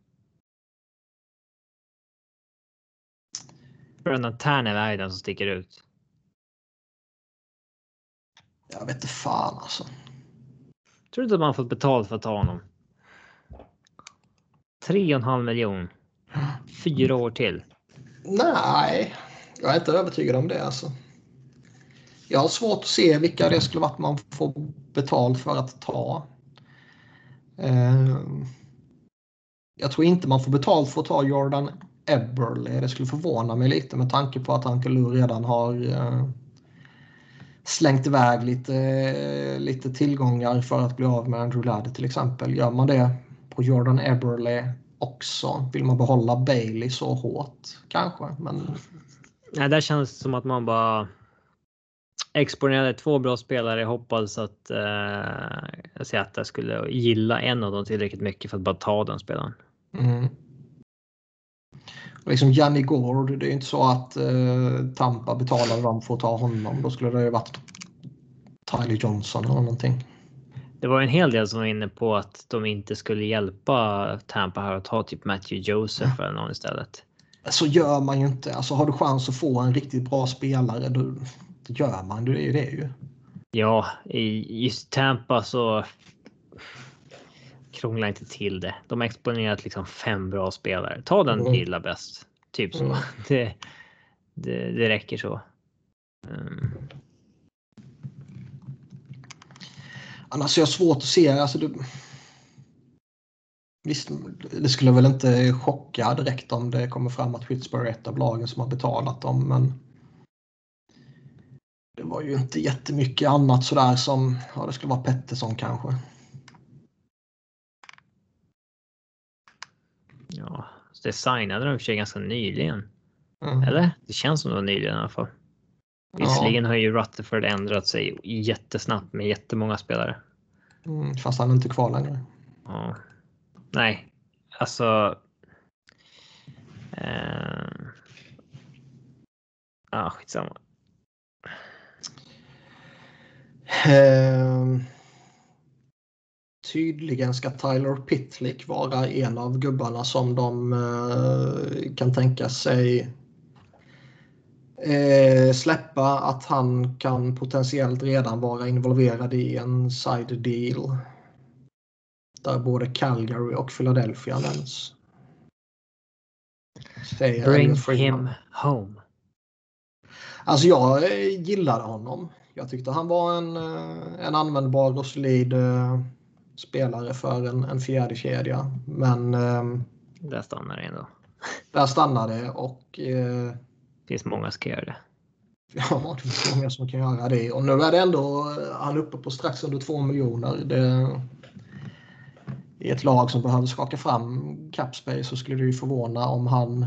Brendan Tanev är den som sticker ut. Jag vet inte fan alltså. Tror du inte att man har fått betalt för att ta honom? Tre och en halv miljon. Fyra år till. Nej, jag är inte övertygad om det alltså. Jag har svårt att se vilka det skulle vara att man får betalt för att ta. Eh, jag tror inte man får betalt för att ta Jordan Eberle. Det skulle förvåna mig lite med tanke på att Uncle Lou redan har eh, slängt iväg lite, eh, lite tillgångar för att bli av med Andrew Ladd till exempel. Gör man det på Jordan Eberle också? Vill man behålla Bailey så hårt? Kanske, men... Nej, där känns det som att man bara exponerade två bra spelare. Hoppades att eh, Seattle skulle gilla en av dem tillräckligt mycket för att bara ta den spelaren. Mm. Liksom Janni Gord, det är inte så att eh, Tampa betalade dem för att ta honom. Då skulle det ju varit Tyler Johnson eller någonting. Det var en hel del som var inne på att de inte skulle hjälpa Tampa här att ta typ Matthew Joseph eller någon istället. Så gör man ju inte. Alltså har du chans att få en riktigt bra spelare då, då gör man det. Det är ju det ju. Ja, i just Tampa så krångla inte till det. De har exponerat liksom fem bra spelare. Ta den Mm. du gillar bäst. Typ så. Mm. Det, det, det räcker så. Um. Annars är jag svårt att se. Alltså, det... Visst, det skulle väl inte chocka direkt om det kommer fram att Pittsburgh är ett av lagen som har betalat dem. Men det var ju inte jättemycket annat sådär som, ja, det skulle vara Pettersson kanske. Ja, det signade de för sig ganska nyligen. Mm. Eller? Det känns som det var nyligen i alla fall. Visserligen Ja. har ju Rutherford ändrat sig jättesnabbt med jättemånga spelare. Mm, fast han är inte kvar längre. Ja. Nej, alltså. Eh, ah, skitsamma. Eh, tydligen ska Tyler Pitlick vara en av gubbarna som de eh, kan tänka sig eh, släppa, att han kan potentiellt redan vara involverad i en side deal där både Calgary och Philadelphia nämns. Säger Bring Elliot Friedman. him home. Alltså jag eh, gillade honom. Jag tyckte han var en, eh, en användbar och solid eh, spelare för en, en fjärde kedja. Men eh, Där stannar det ändå. där stannade det och eh, Det finns många som ska göra det. ja, det finns många som kan göra det. Och nu är det ändå han uppe på strax under två miljoner. Det, i ett lag som behöver skaka fram capspace så skulle det ju förvåna om han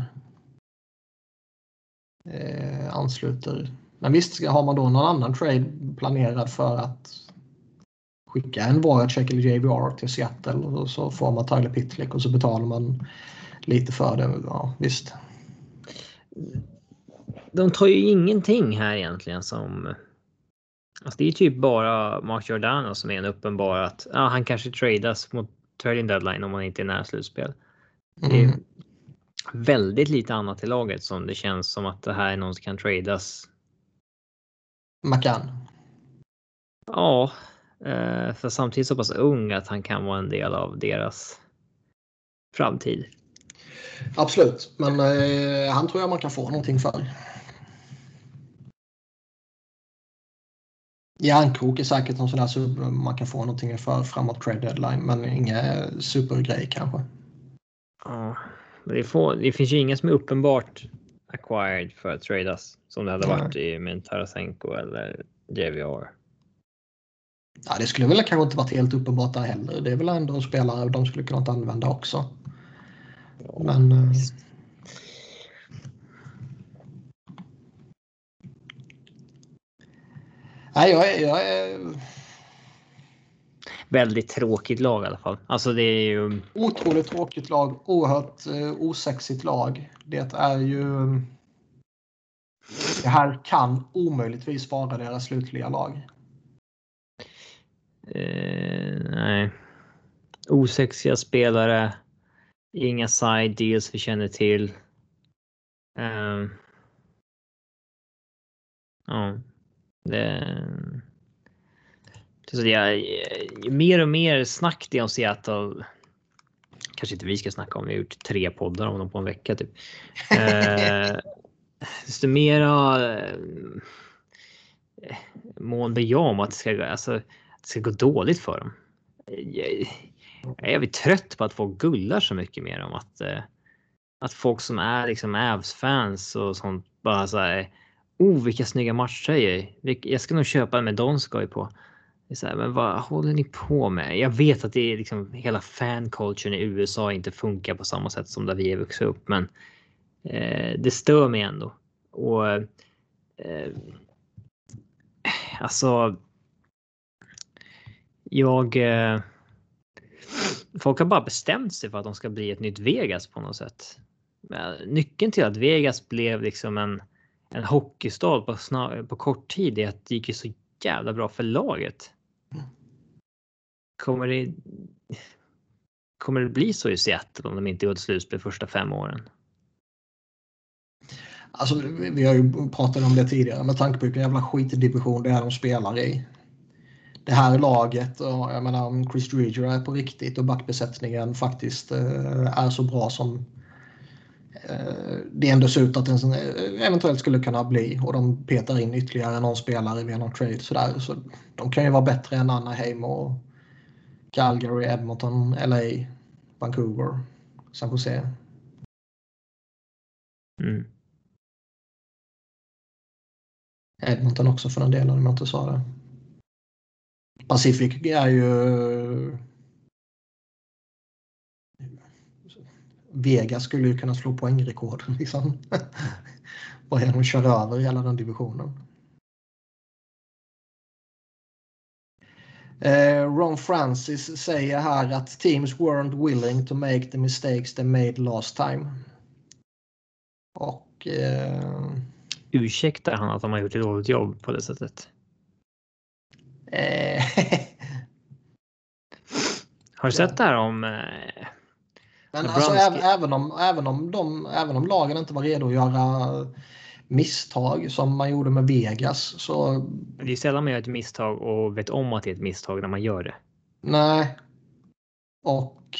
eh, ansluter. Men visst, har man då någon annan trade planerad för att skicka en Voracek eller J V R till Seattle och så får man Tyler Pitlick och så betalar man lite för det. Ja, visst. De tar ju ingenting här egentligen som. Alltså det är typ bara Mark Giordano som är en uppenbar att ja, han kanske tradas mot trading deadline om man inte är nära slutspel. Det är Mm. väldigt lite annat i laget som det känns som att det här är någon som kan tradas. McCann. Ja, för samtidigt så pass ung att han kan vara en del av deras framtid. Absolut, men eh, han tror jag man kan få någonting för. Järnkrok är säkert någon sån där super man kan få någonting för framåt trade deadline, men ingen supergrej kanske. Ja, det, får, det finns ju ingen som är uppenbart acquired för att tradas som det hade Nej. varit i med Tarasenko eller J V R. Ja, det skulle väl kanske inte varit helt uppenbart där heller. Det är väl ändå spelare de skulle kunna använda också. Ja, men eh, nej, jag är, jag är väldigt tråkigt lag i alla fall. Alltså det är ju otroligt tråkigt lag, oerhört eh, osexigt lag. Det är ju det här kan omöjligtvis vara deras slutliga lag. eh, nej. Osexiga spelare. Inga side deals vi känner till. Um, ja, det, så det är mer och mer snack det om Seattle. Kanske inte vi ska snacka om. Vi har gjort tre poddar om dem på en vecka typ. Uh, desto mera uh, mån blir jag om att det ska, alltså, att det ska gå dåligt för dem. Jag, jag är trött på att folk gullar så mycket mer om att uh, att folk som är liksom Avs-fans och sånt bara så här, oh vilka snygga matchtröjor. Jag ska nog köpa en med Donskoj på. Det är så här, men vad håller ni på med? Jag vet att det är liksom hela fanculturen i U S A inte funkar på samma sätt som där vi är vuxit upp, men eh, det stör mig ändå. Och eh, alltså jag eh, folk har bara bestämt sig för att de ska bli ett nytt Vegas på något sätt. Nyckeln till att Vegas blev liksom en, en hockeystad på, snar, på kort tid är att det gick ju så jävla bra för laget. Kommer det, kommer det bli så i Seattle om de inte går till slutspel första fem åren? Alltså, vi har ju pratat om det tidigare med tanke på vilken jävla skitdivision det är de spelar i. det här laget, och jag menar om Chris Driedger är på riktigt och backbesättningen faktiskt eh, är så bra som eh, det ändå ser ut att den eventuellt skulle kunna bli, och de petar in ytterligare någon spelare via någon trade sådär, så de kan ju vara bättre än Anaheim och Calgary, Edmonton, L A, Vancouver, San Jose. Mm. Edmonton också för den delen, om jag inte sa det. Pacific är ju Vegas skulle ju kunna slå poängrekord liksom. Bara genom att köra över hela den divisionen. Eh, Ron Francis säger här att teams weren't willing to make the mistakes they made last time. Och eh, ursäktar han att de har gjort ett dåligt jobb på det sättet? Eh, Har du sett det här om eh, Men alltså, även, även, om, även, om de, även om lagen inte var redo att göra misstag som man gjorde med Vegas, så... Det är sällan man gör ett misstag och vet om att det är ett misstag när man gör det. Nej. Och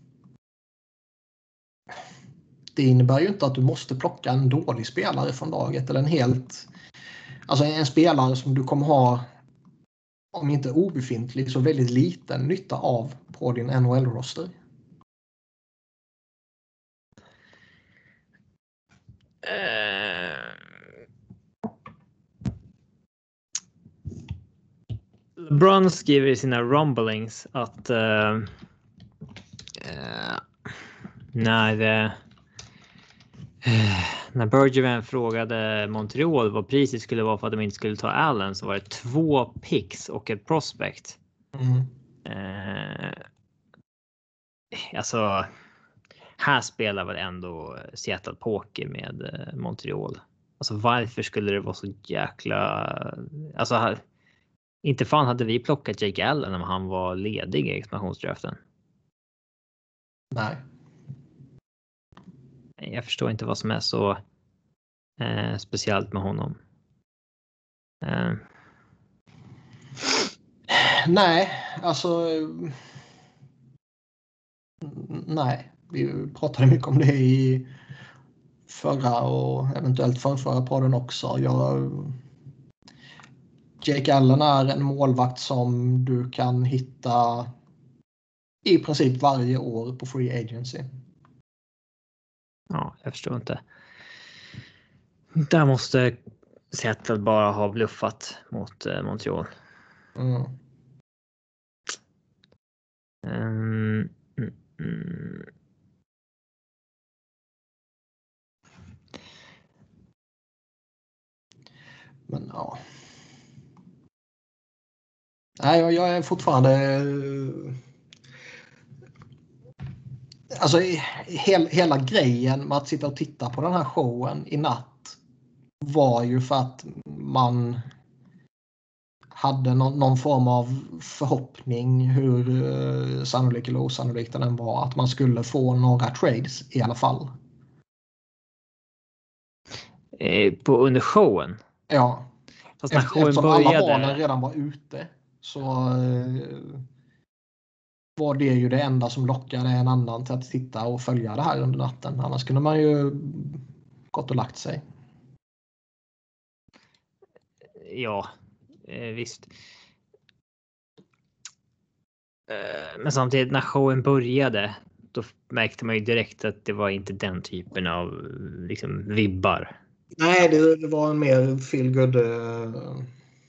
det innebär ju inte att du måste plocka en dålig spelare från laget eller en helt... Alltså en spelare som du kommer ha, om inte obefintlig, så väldigt liten nytta av på din N H L-roster. LeBron skriver i sina rumblings att uh, uh, när uh, när Bergevin frågade Montreal vad priset skulle vara för att de inte skulle ta Allen, så var det två picks och ett prospect. Mm. Uh, alltså här spelar väl ändå Seattle poker med Montreal. Alltså varför skulle det vara så jäkla... Alltså här... Inte fan hade vi plockat Jake Allen när han var ledig i expansionsdraften. Nej. Jag förstår inte vad som är så eh, speciellt med honom. Eh. Nej, alltså... Nej, vi pratade mycket om det i förra och eventuellt förrförra podden också. Jag... Jake Allen är en målvakt som du kan hitta i princip varje år på free agency. Ja, jag förstår inte. Där måste Seattle bara ha bluffat mot eh, Montreal. Mm. Um, mm, mm. Men ja. Nej, jag, jag är fortfarande... Alltså hel, hela grejen med att sitta och titta på den här showen i natt var ju för att man hade någon, någon form av förhoppning, hur uh, sannolik eller osannolik den var, att man skulle få några trades i alla fall. Eh, på under showen? Ja. Fast när Efter, showen eftersom började... alla valen redan var ute så uh, var det ju det enda som lockade en annan till att titta och följa det här under natten. Annars kunde man ju gått och lagt sig. Ja, eh, visst. Eh, men samtidigt när showen började, då märkte man ju direkt att det var inte den typen av liksom vibbar. Nej, det, det var en mer feel good uh,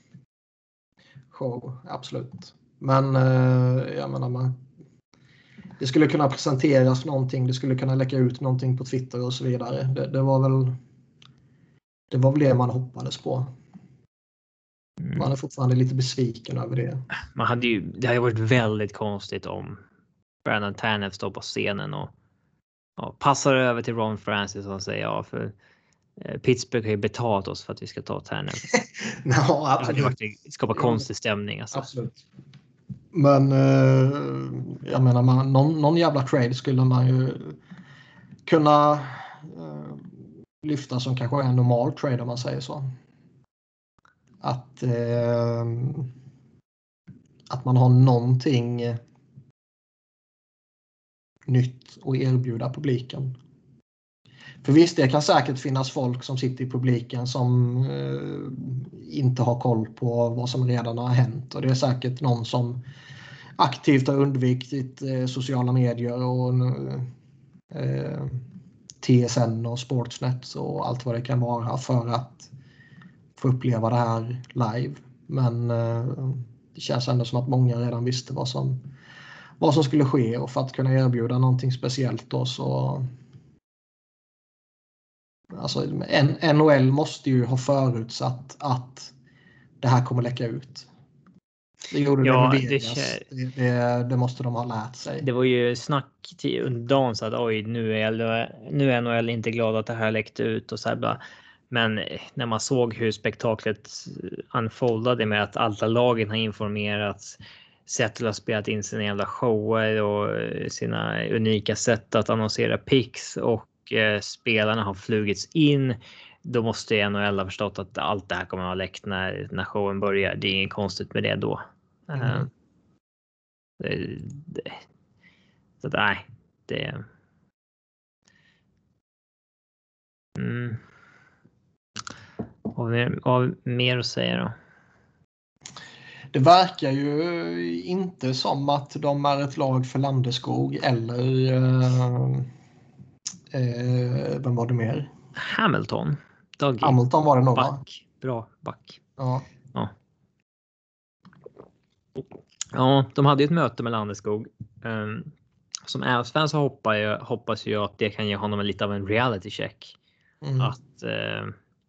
show, absolut. Men uh, jag menar, man, det skulle kunna presenteras någonting, det skulle kunna läcka ut någonting på Twitter och så vidare. Det, det var väl det var väl det man hoppades på. Man är fortfarande lite besviken över det. Man hade ju, det hade varit väldigt konstigt om Brandon Tanev står på scenen och ja, passar över till Ron Francis och säger ja, för eh, Pittsburgh har ju betalt oss för att vi ska ta Tanev. No, det hade varit skapa konstig stämning. Alltså. Absolut. Men eh, jag menar, man, någon, någon jävla trade skulle man ju kunna eh, lyfta som kanske är en normal trade om man säger så. Att eh, att man har någonting nytt att erbjuda publiken. För visst, det kan säkert finnas folk som sitter i publiken som eh, inte har koll på vad som redan har hänt. Och det är säkert någon som aktivt har undvikit eh, sociala medier och eh, T S N och Sportsnet och allt vad det kan vara för att få uppleva det här live. Men eh, det känns ändå som att många redan visste vad som, vad som skulle ske, och för att kunna erbjuda någonting speciellt då så alltså N H L måste ju ha förutsatt att det här kommer läcka ut. Det gjorde Ja, det med det, Vegas. Det, det, det måste de ha lärt sig. Det var ju snack till under dagen så att oj, nu är, nu är N H L inte glad att det här läckte ut och så här bla. Men när man såg hur spektaklet unfoldade med att alla lagen har informerats, Seattle har spelat in sina jävla shower och sina unika sätt att annonsera picks och eh, spelarna har flugits in. Då måste N H L ha förstått att allt det här kommer att ha läckt när, när showen börjar. Det är inget konstigt med det då. Mm. Uh, det, det, så nej, det... Mm. Har vi, har vi mer att säga då? Det verkar ju inte som att de är ett lag för Landeskog eller eh, eh, vem var det mer? Hamilton. Dougie. Hamilton var det nog, va? Back. Bra back. Ja. Ja. Ja, de hade ju ett möte med Landeskog. Um, som Avs-fan så hoppas jag, hoppas jag att det kan ge honom lite av en reality check. Mm. Att eh,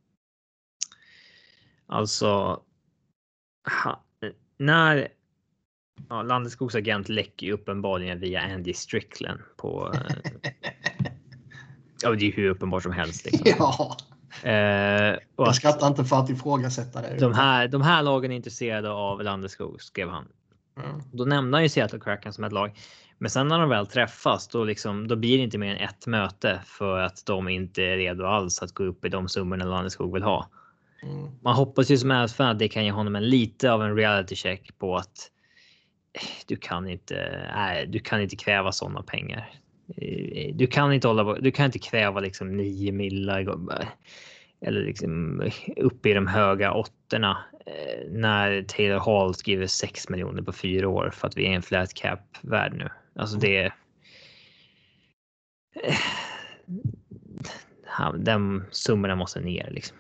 alltså ha, när ja, Landeskogs agent läcker ju uppenbarligen via Andy Strickland på eh, ja, det är hur uppenbart som helst liksom. Ja. Eh, och jag skrattar inte för att ifrågasätta det. De här, de här lagen är intresserade av Landeskog, skrev han. Mm. Då nämnde han ju Seattle Kraken som ett lag. Men sen när de väl träffas då, liksom, då blir det inte mer än ett möte för att de inte är redo alls att gå upp i de summorna Landeskog vill ha. Mm. Man hoppas ju som helst för att det kan ge honom en lite av en reality check på att du kan inte, nej, du kan inte kräva sådana pengar. Du kan inte hålla, du kan inte kräva liksom nio millar eller liksom uppe i de höga åttorna när Taylor Hall skriver sex miljoner på fyra år för att vi är en flat cap värld nu. Alltså det den summorna måste ner liksom.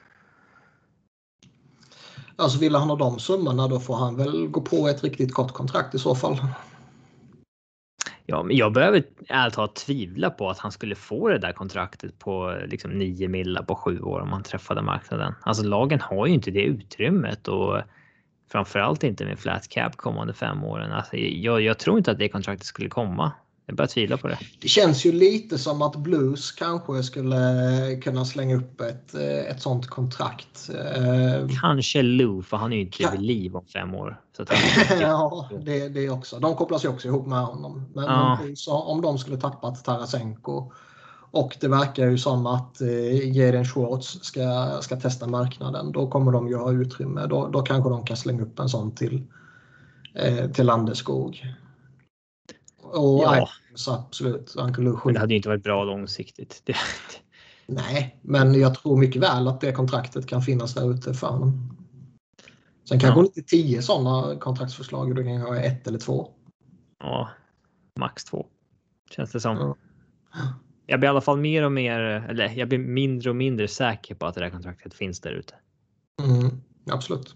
Alltså vill han ha de summorna då får han väl gå på ett riktigt kort kontrakt i så fall. Ja, men jag behöver ärligt talat tvivla på att han skulle få det där kontraktet på liksom nio millar på sju år om han träffade marknaden. Alltså lagen har ju inte det utrymmet och framförallt inte med flat cap kommande fem åren. Alltså, jag, jag tror inte att det kontraktet skulle komma. Jag börjar tvivla på det. Det känns ju lite som att Blues kanske skulle kunna slänga upp ett, ett sånt kontrakt. Kanske Lou, för han är ju inte vid liv om fem år. Så att ja, det, det också. De kopplas ju också ihop med honom. Men ja. Så om de skulle tappat Tarasenko och det verkar ju som att eh, Jaden Schwartz ska, ska testa marknaden, då kommer de ju ha utrymme. Då, då kanske de kan slänga upp en sån till, eh, till Landeskog. Och ja, så absolut. Men det hade ju inte varit bra långsiktigt. Det... Nej, men jag tror mycket väl att det kontraktet kan finnas där ute för honom. Sen kanske ja. Inte tio sådana kontraktsförslag och då kan jag ha ett eller två. Ja, max två. Känns det som. Ja. Jag blir i alla fall mer och mer, eller jag blir mindre och mindre säker på att det där kontraktet finns där ute. Mm, absolut.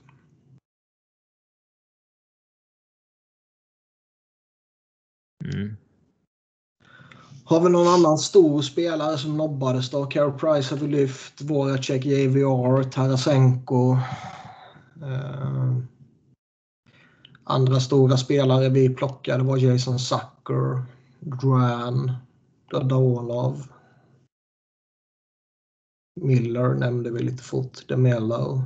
Mm. Har vi någon annan stor spelare som nobbades då? Carey Price har vi lyft, Voracek, J V R, Tarasenko. Eh, andra stora spelare vi plockade var Jason Zucker, Drouin, Dadonov. Miller nämnde vi lite fort, DeMello.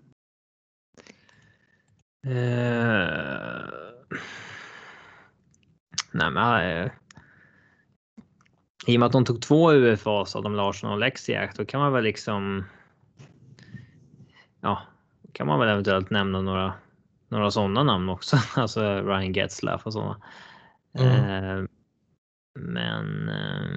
Uh... Nej men... Uh... I och med att de tog två U F As av de Larsson och Lexiak, då kan man väl liksom... Ja, kan man väl eventuellt nämna några, några sådana namn också. Alltså Ryan Getzlaff och sådana. Mm. Eh, men eh,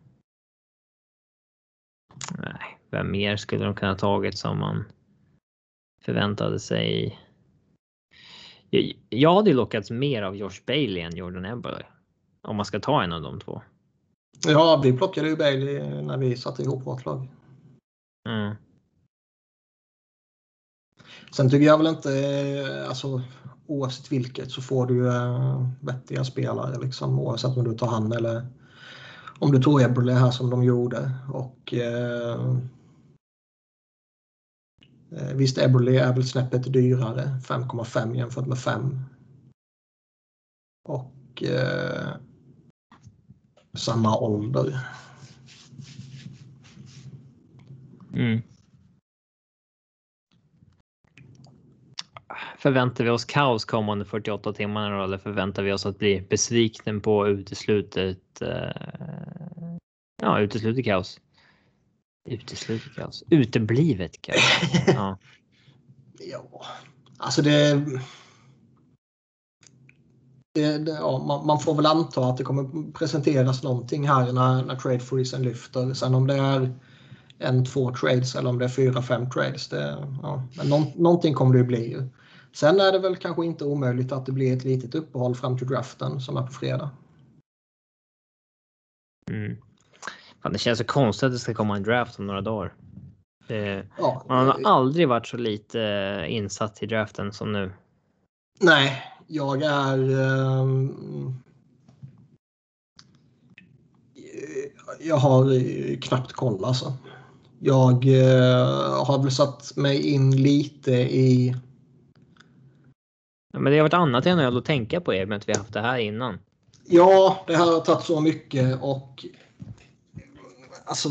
nej, vem mer skulle de kunna ha tagit som man förväntade sig? Jag, jag hade ju lockats mer av Josh Bailey än Jordan Eberle. Om man ska ta en av de två. Ja, vi plockade ju Bailey när vi satte ihop vårt lag. Mm. Sen tycker jag väl inte, alltså oavsett vilket så får du ju äh, vettiga spelare liksom, oavsett om du tar han eller om du tog Eberle här som de gjorde. Och äh, visst, Eberle är väl snäppet dyrare, fem komma fem jämfört med fem. Och äh, samma ålder. Mm. Förväntar vi oss kaos kommande fyrtioåtta timmarna eller förväntar vi oss att bli besviken på uteslutet? Eh, ja, uteslutet kaos. Uteslutet kaos. Uteblivet kaos. Ja. Ja, alltså det... det, det ja, man, man får väl anta att det kommer presenteras någonting här när, när trade freezen lyfter. Sen om det är en, två trades eller om det är fyra, fem trades. Det, ja, men någon, någonting kommer det ju bli. Ju. Sen är det väl kanske inte omöjligt att det blir ett litet uppehåll fram till draften som är på fredag. Mm. Fan, det känns så konstigt att det ska komma en draft om några dagar. Det, Ja, man har aldrig varit så lite insatt i draften som nu. Nej, jag är... Um, jag har knappt koll alltså. Jag uh, har väl satt mig in lite i... Ja, men det har varit annat än jag att tänka på er med att vi har haft det här innan. Ja, det här har tagit så mycket och alltså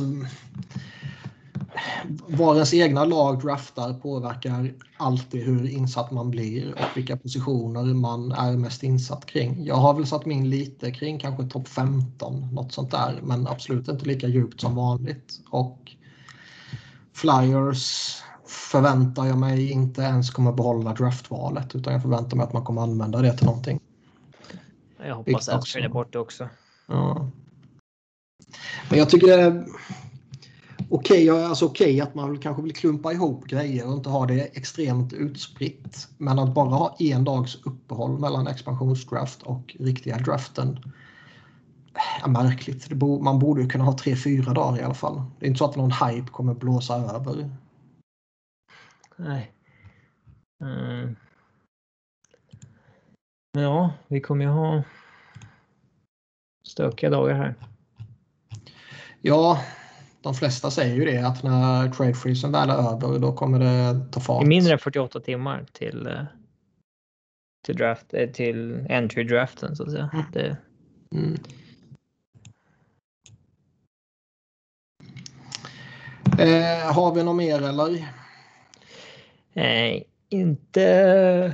vad ens egna lag draftar påverkar alltid hur insatt man blir och vilka positioner man är mest insatt kring. Jag har väl satt mig in lite kring kanske topp femton, något sånt där, men absolut inte lika djupt som vanligt. Och Flyers förväntar jag mig inte ens kommer behålla draftvalet, utan jag förväntar mig att man kommer använda det till någonting. Jag hoppas att det är bort det också. Ja. Men jag tycker det är okej, okay, alltså okej okay, att man kanske vill klumpa ihop grejer och inte ha det extremt utspritt. Men att bara ha en dags uppehåll mellan expansionsdraft och riktiga draften är märkligt. Det bo, man borde ju kunna ha tre, fyra dagar i alla fall. Det är inte så att någon hype kommer blåsa över. Nej. Mm. Ja, vi kommer ju ha stökiga dagar här. Ja, de flesta säger ju det att när trade freezen väl är över då kommer det ta fart. Det är mindre än fyrtioåtta timmar till till draft till entry draften så att säga. Mm. Det... Mm. Eh, har vi något mer eller? Nej, inte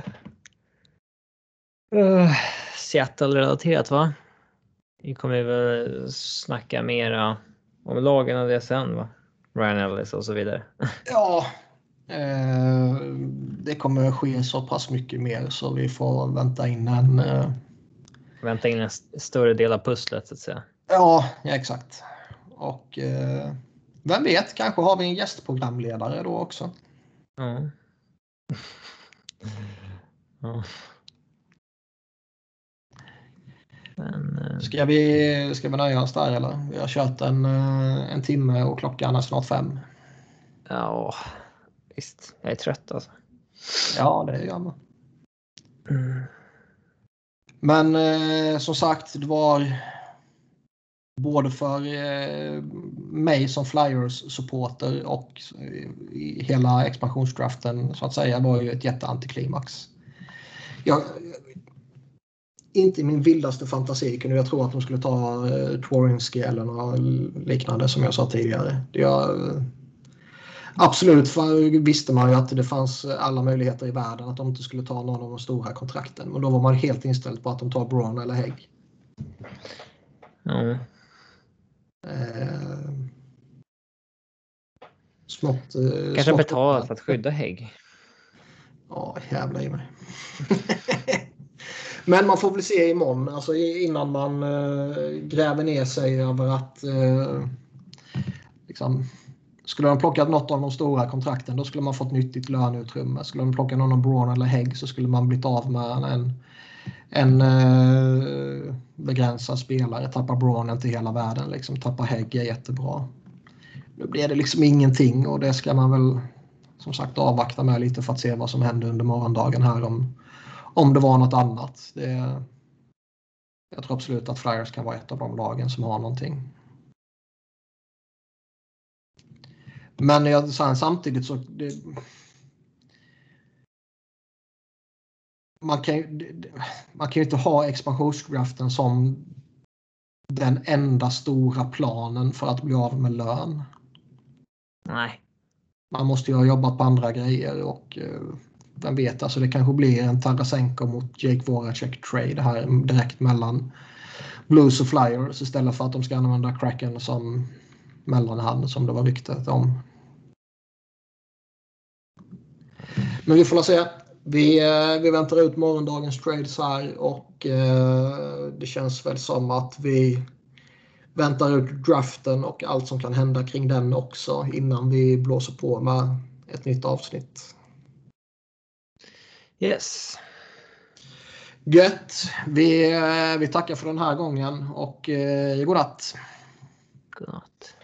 uh, Seattle-relaterat va? Vi kommer väl snacka mera om lagen och det sen va? Ryan Ellis och så vidare. Ja, eh, det kommer ske så pass mycket mer så vi får vänta in en... Eh... Vänta in en st- större del av pusslet så att säga. Ja, ja exakt. Och eh, vem vet, kanske har vi en gästprogramledare då också. Ja. Ja. Men, eh... Ska vi, ska vi nöja oss där eller? Vi har kört en, en timme och klockan är snart fem. Ja, visst. Jag är trött alltså. Ja, det är jag med. Mm. Men eh, som sagt, det var både för eh, mig som Flyers-supporter och i hela expansionsdraften så att säga var ju ett jätteantiklimax. Jag, inte i min vildaste fantasi kunde jag tro att de skulle ta eh, Twarynski eller något liknande som jag sa tidigare. Jag, absolut för, visste man ju att det fanns alla möjligheter i världen att de inte skulle ta någon av de stora kontrakten. Men då var man helt inställd på att de tar Braun eller Hägg. Ja. Eh, smått, eh, Kanske smått betalat för att skydda Hägg. Ja, Ja, jävla i mig. Men man får väl se imorgon. Alltså innan man uh, gräver ner sig över att uh, liksom, skulle de plockat något av de stora kontrakten då skulle man fått nyttigt löneutrymme. Skulle de plocka någon av Braun eller Hägg så skulle man blivit av med en, en uh, begränsad spelare. Tappa Braun inte hela världen. Liksom. Tappa Hägg är jättebra. Nu blir det liksom ingenting och det ska man väl som sagt avvakta med lite för att se vad som händer under morgondagen här om, om det var något annat. Det, jag tror absolut att Flyers kan vara ett av de lagen som har någonting. Men jag, samtidigt så det, man kan man kan ju inte ha expansionsdraften som den enda stora planen för att bli av med lön. Nej. Man måste ju ha jobbat på andra grejer och vem vet, alltså det kanske blir en Tarasenko mot Jake Voracek trade här direkt mellan Blues och Flyers istället för att de ska använda Kraken som mellanhand som det var ryktet om. Men vi får se. Vi, vi väntar ut morgondagens trades här och eh, det känns väl som att vi väntar ut draften och allt som kan hända kring den också innan vi blåser på med ett nytt avsnitt. Yes. Gött. Vi, vi tackar för den här gången och eh, godnatt. Godnatt.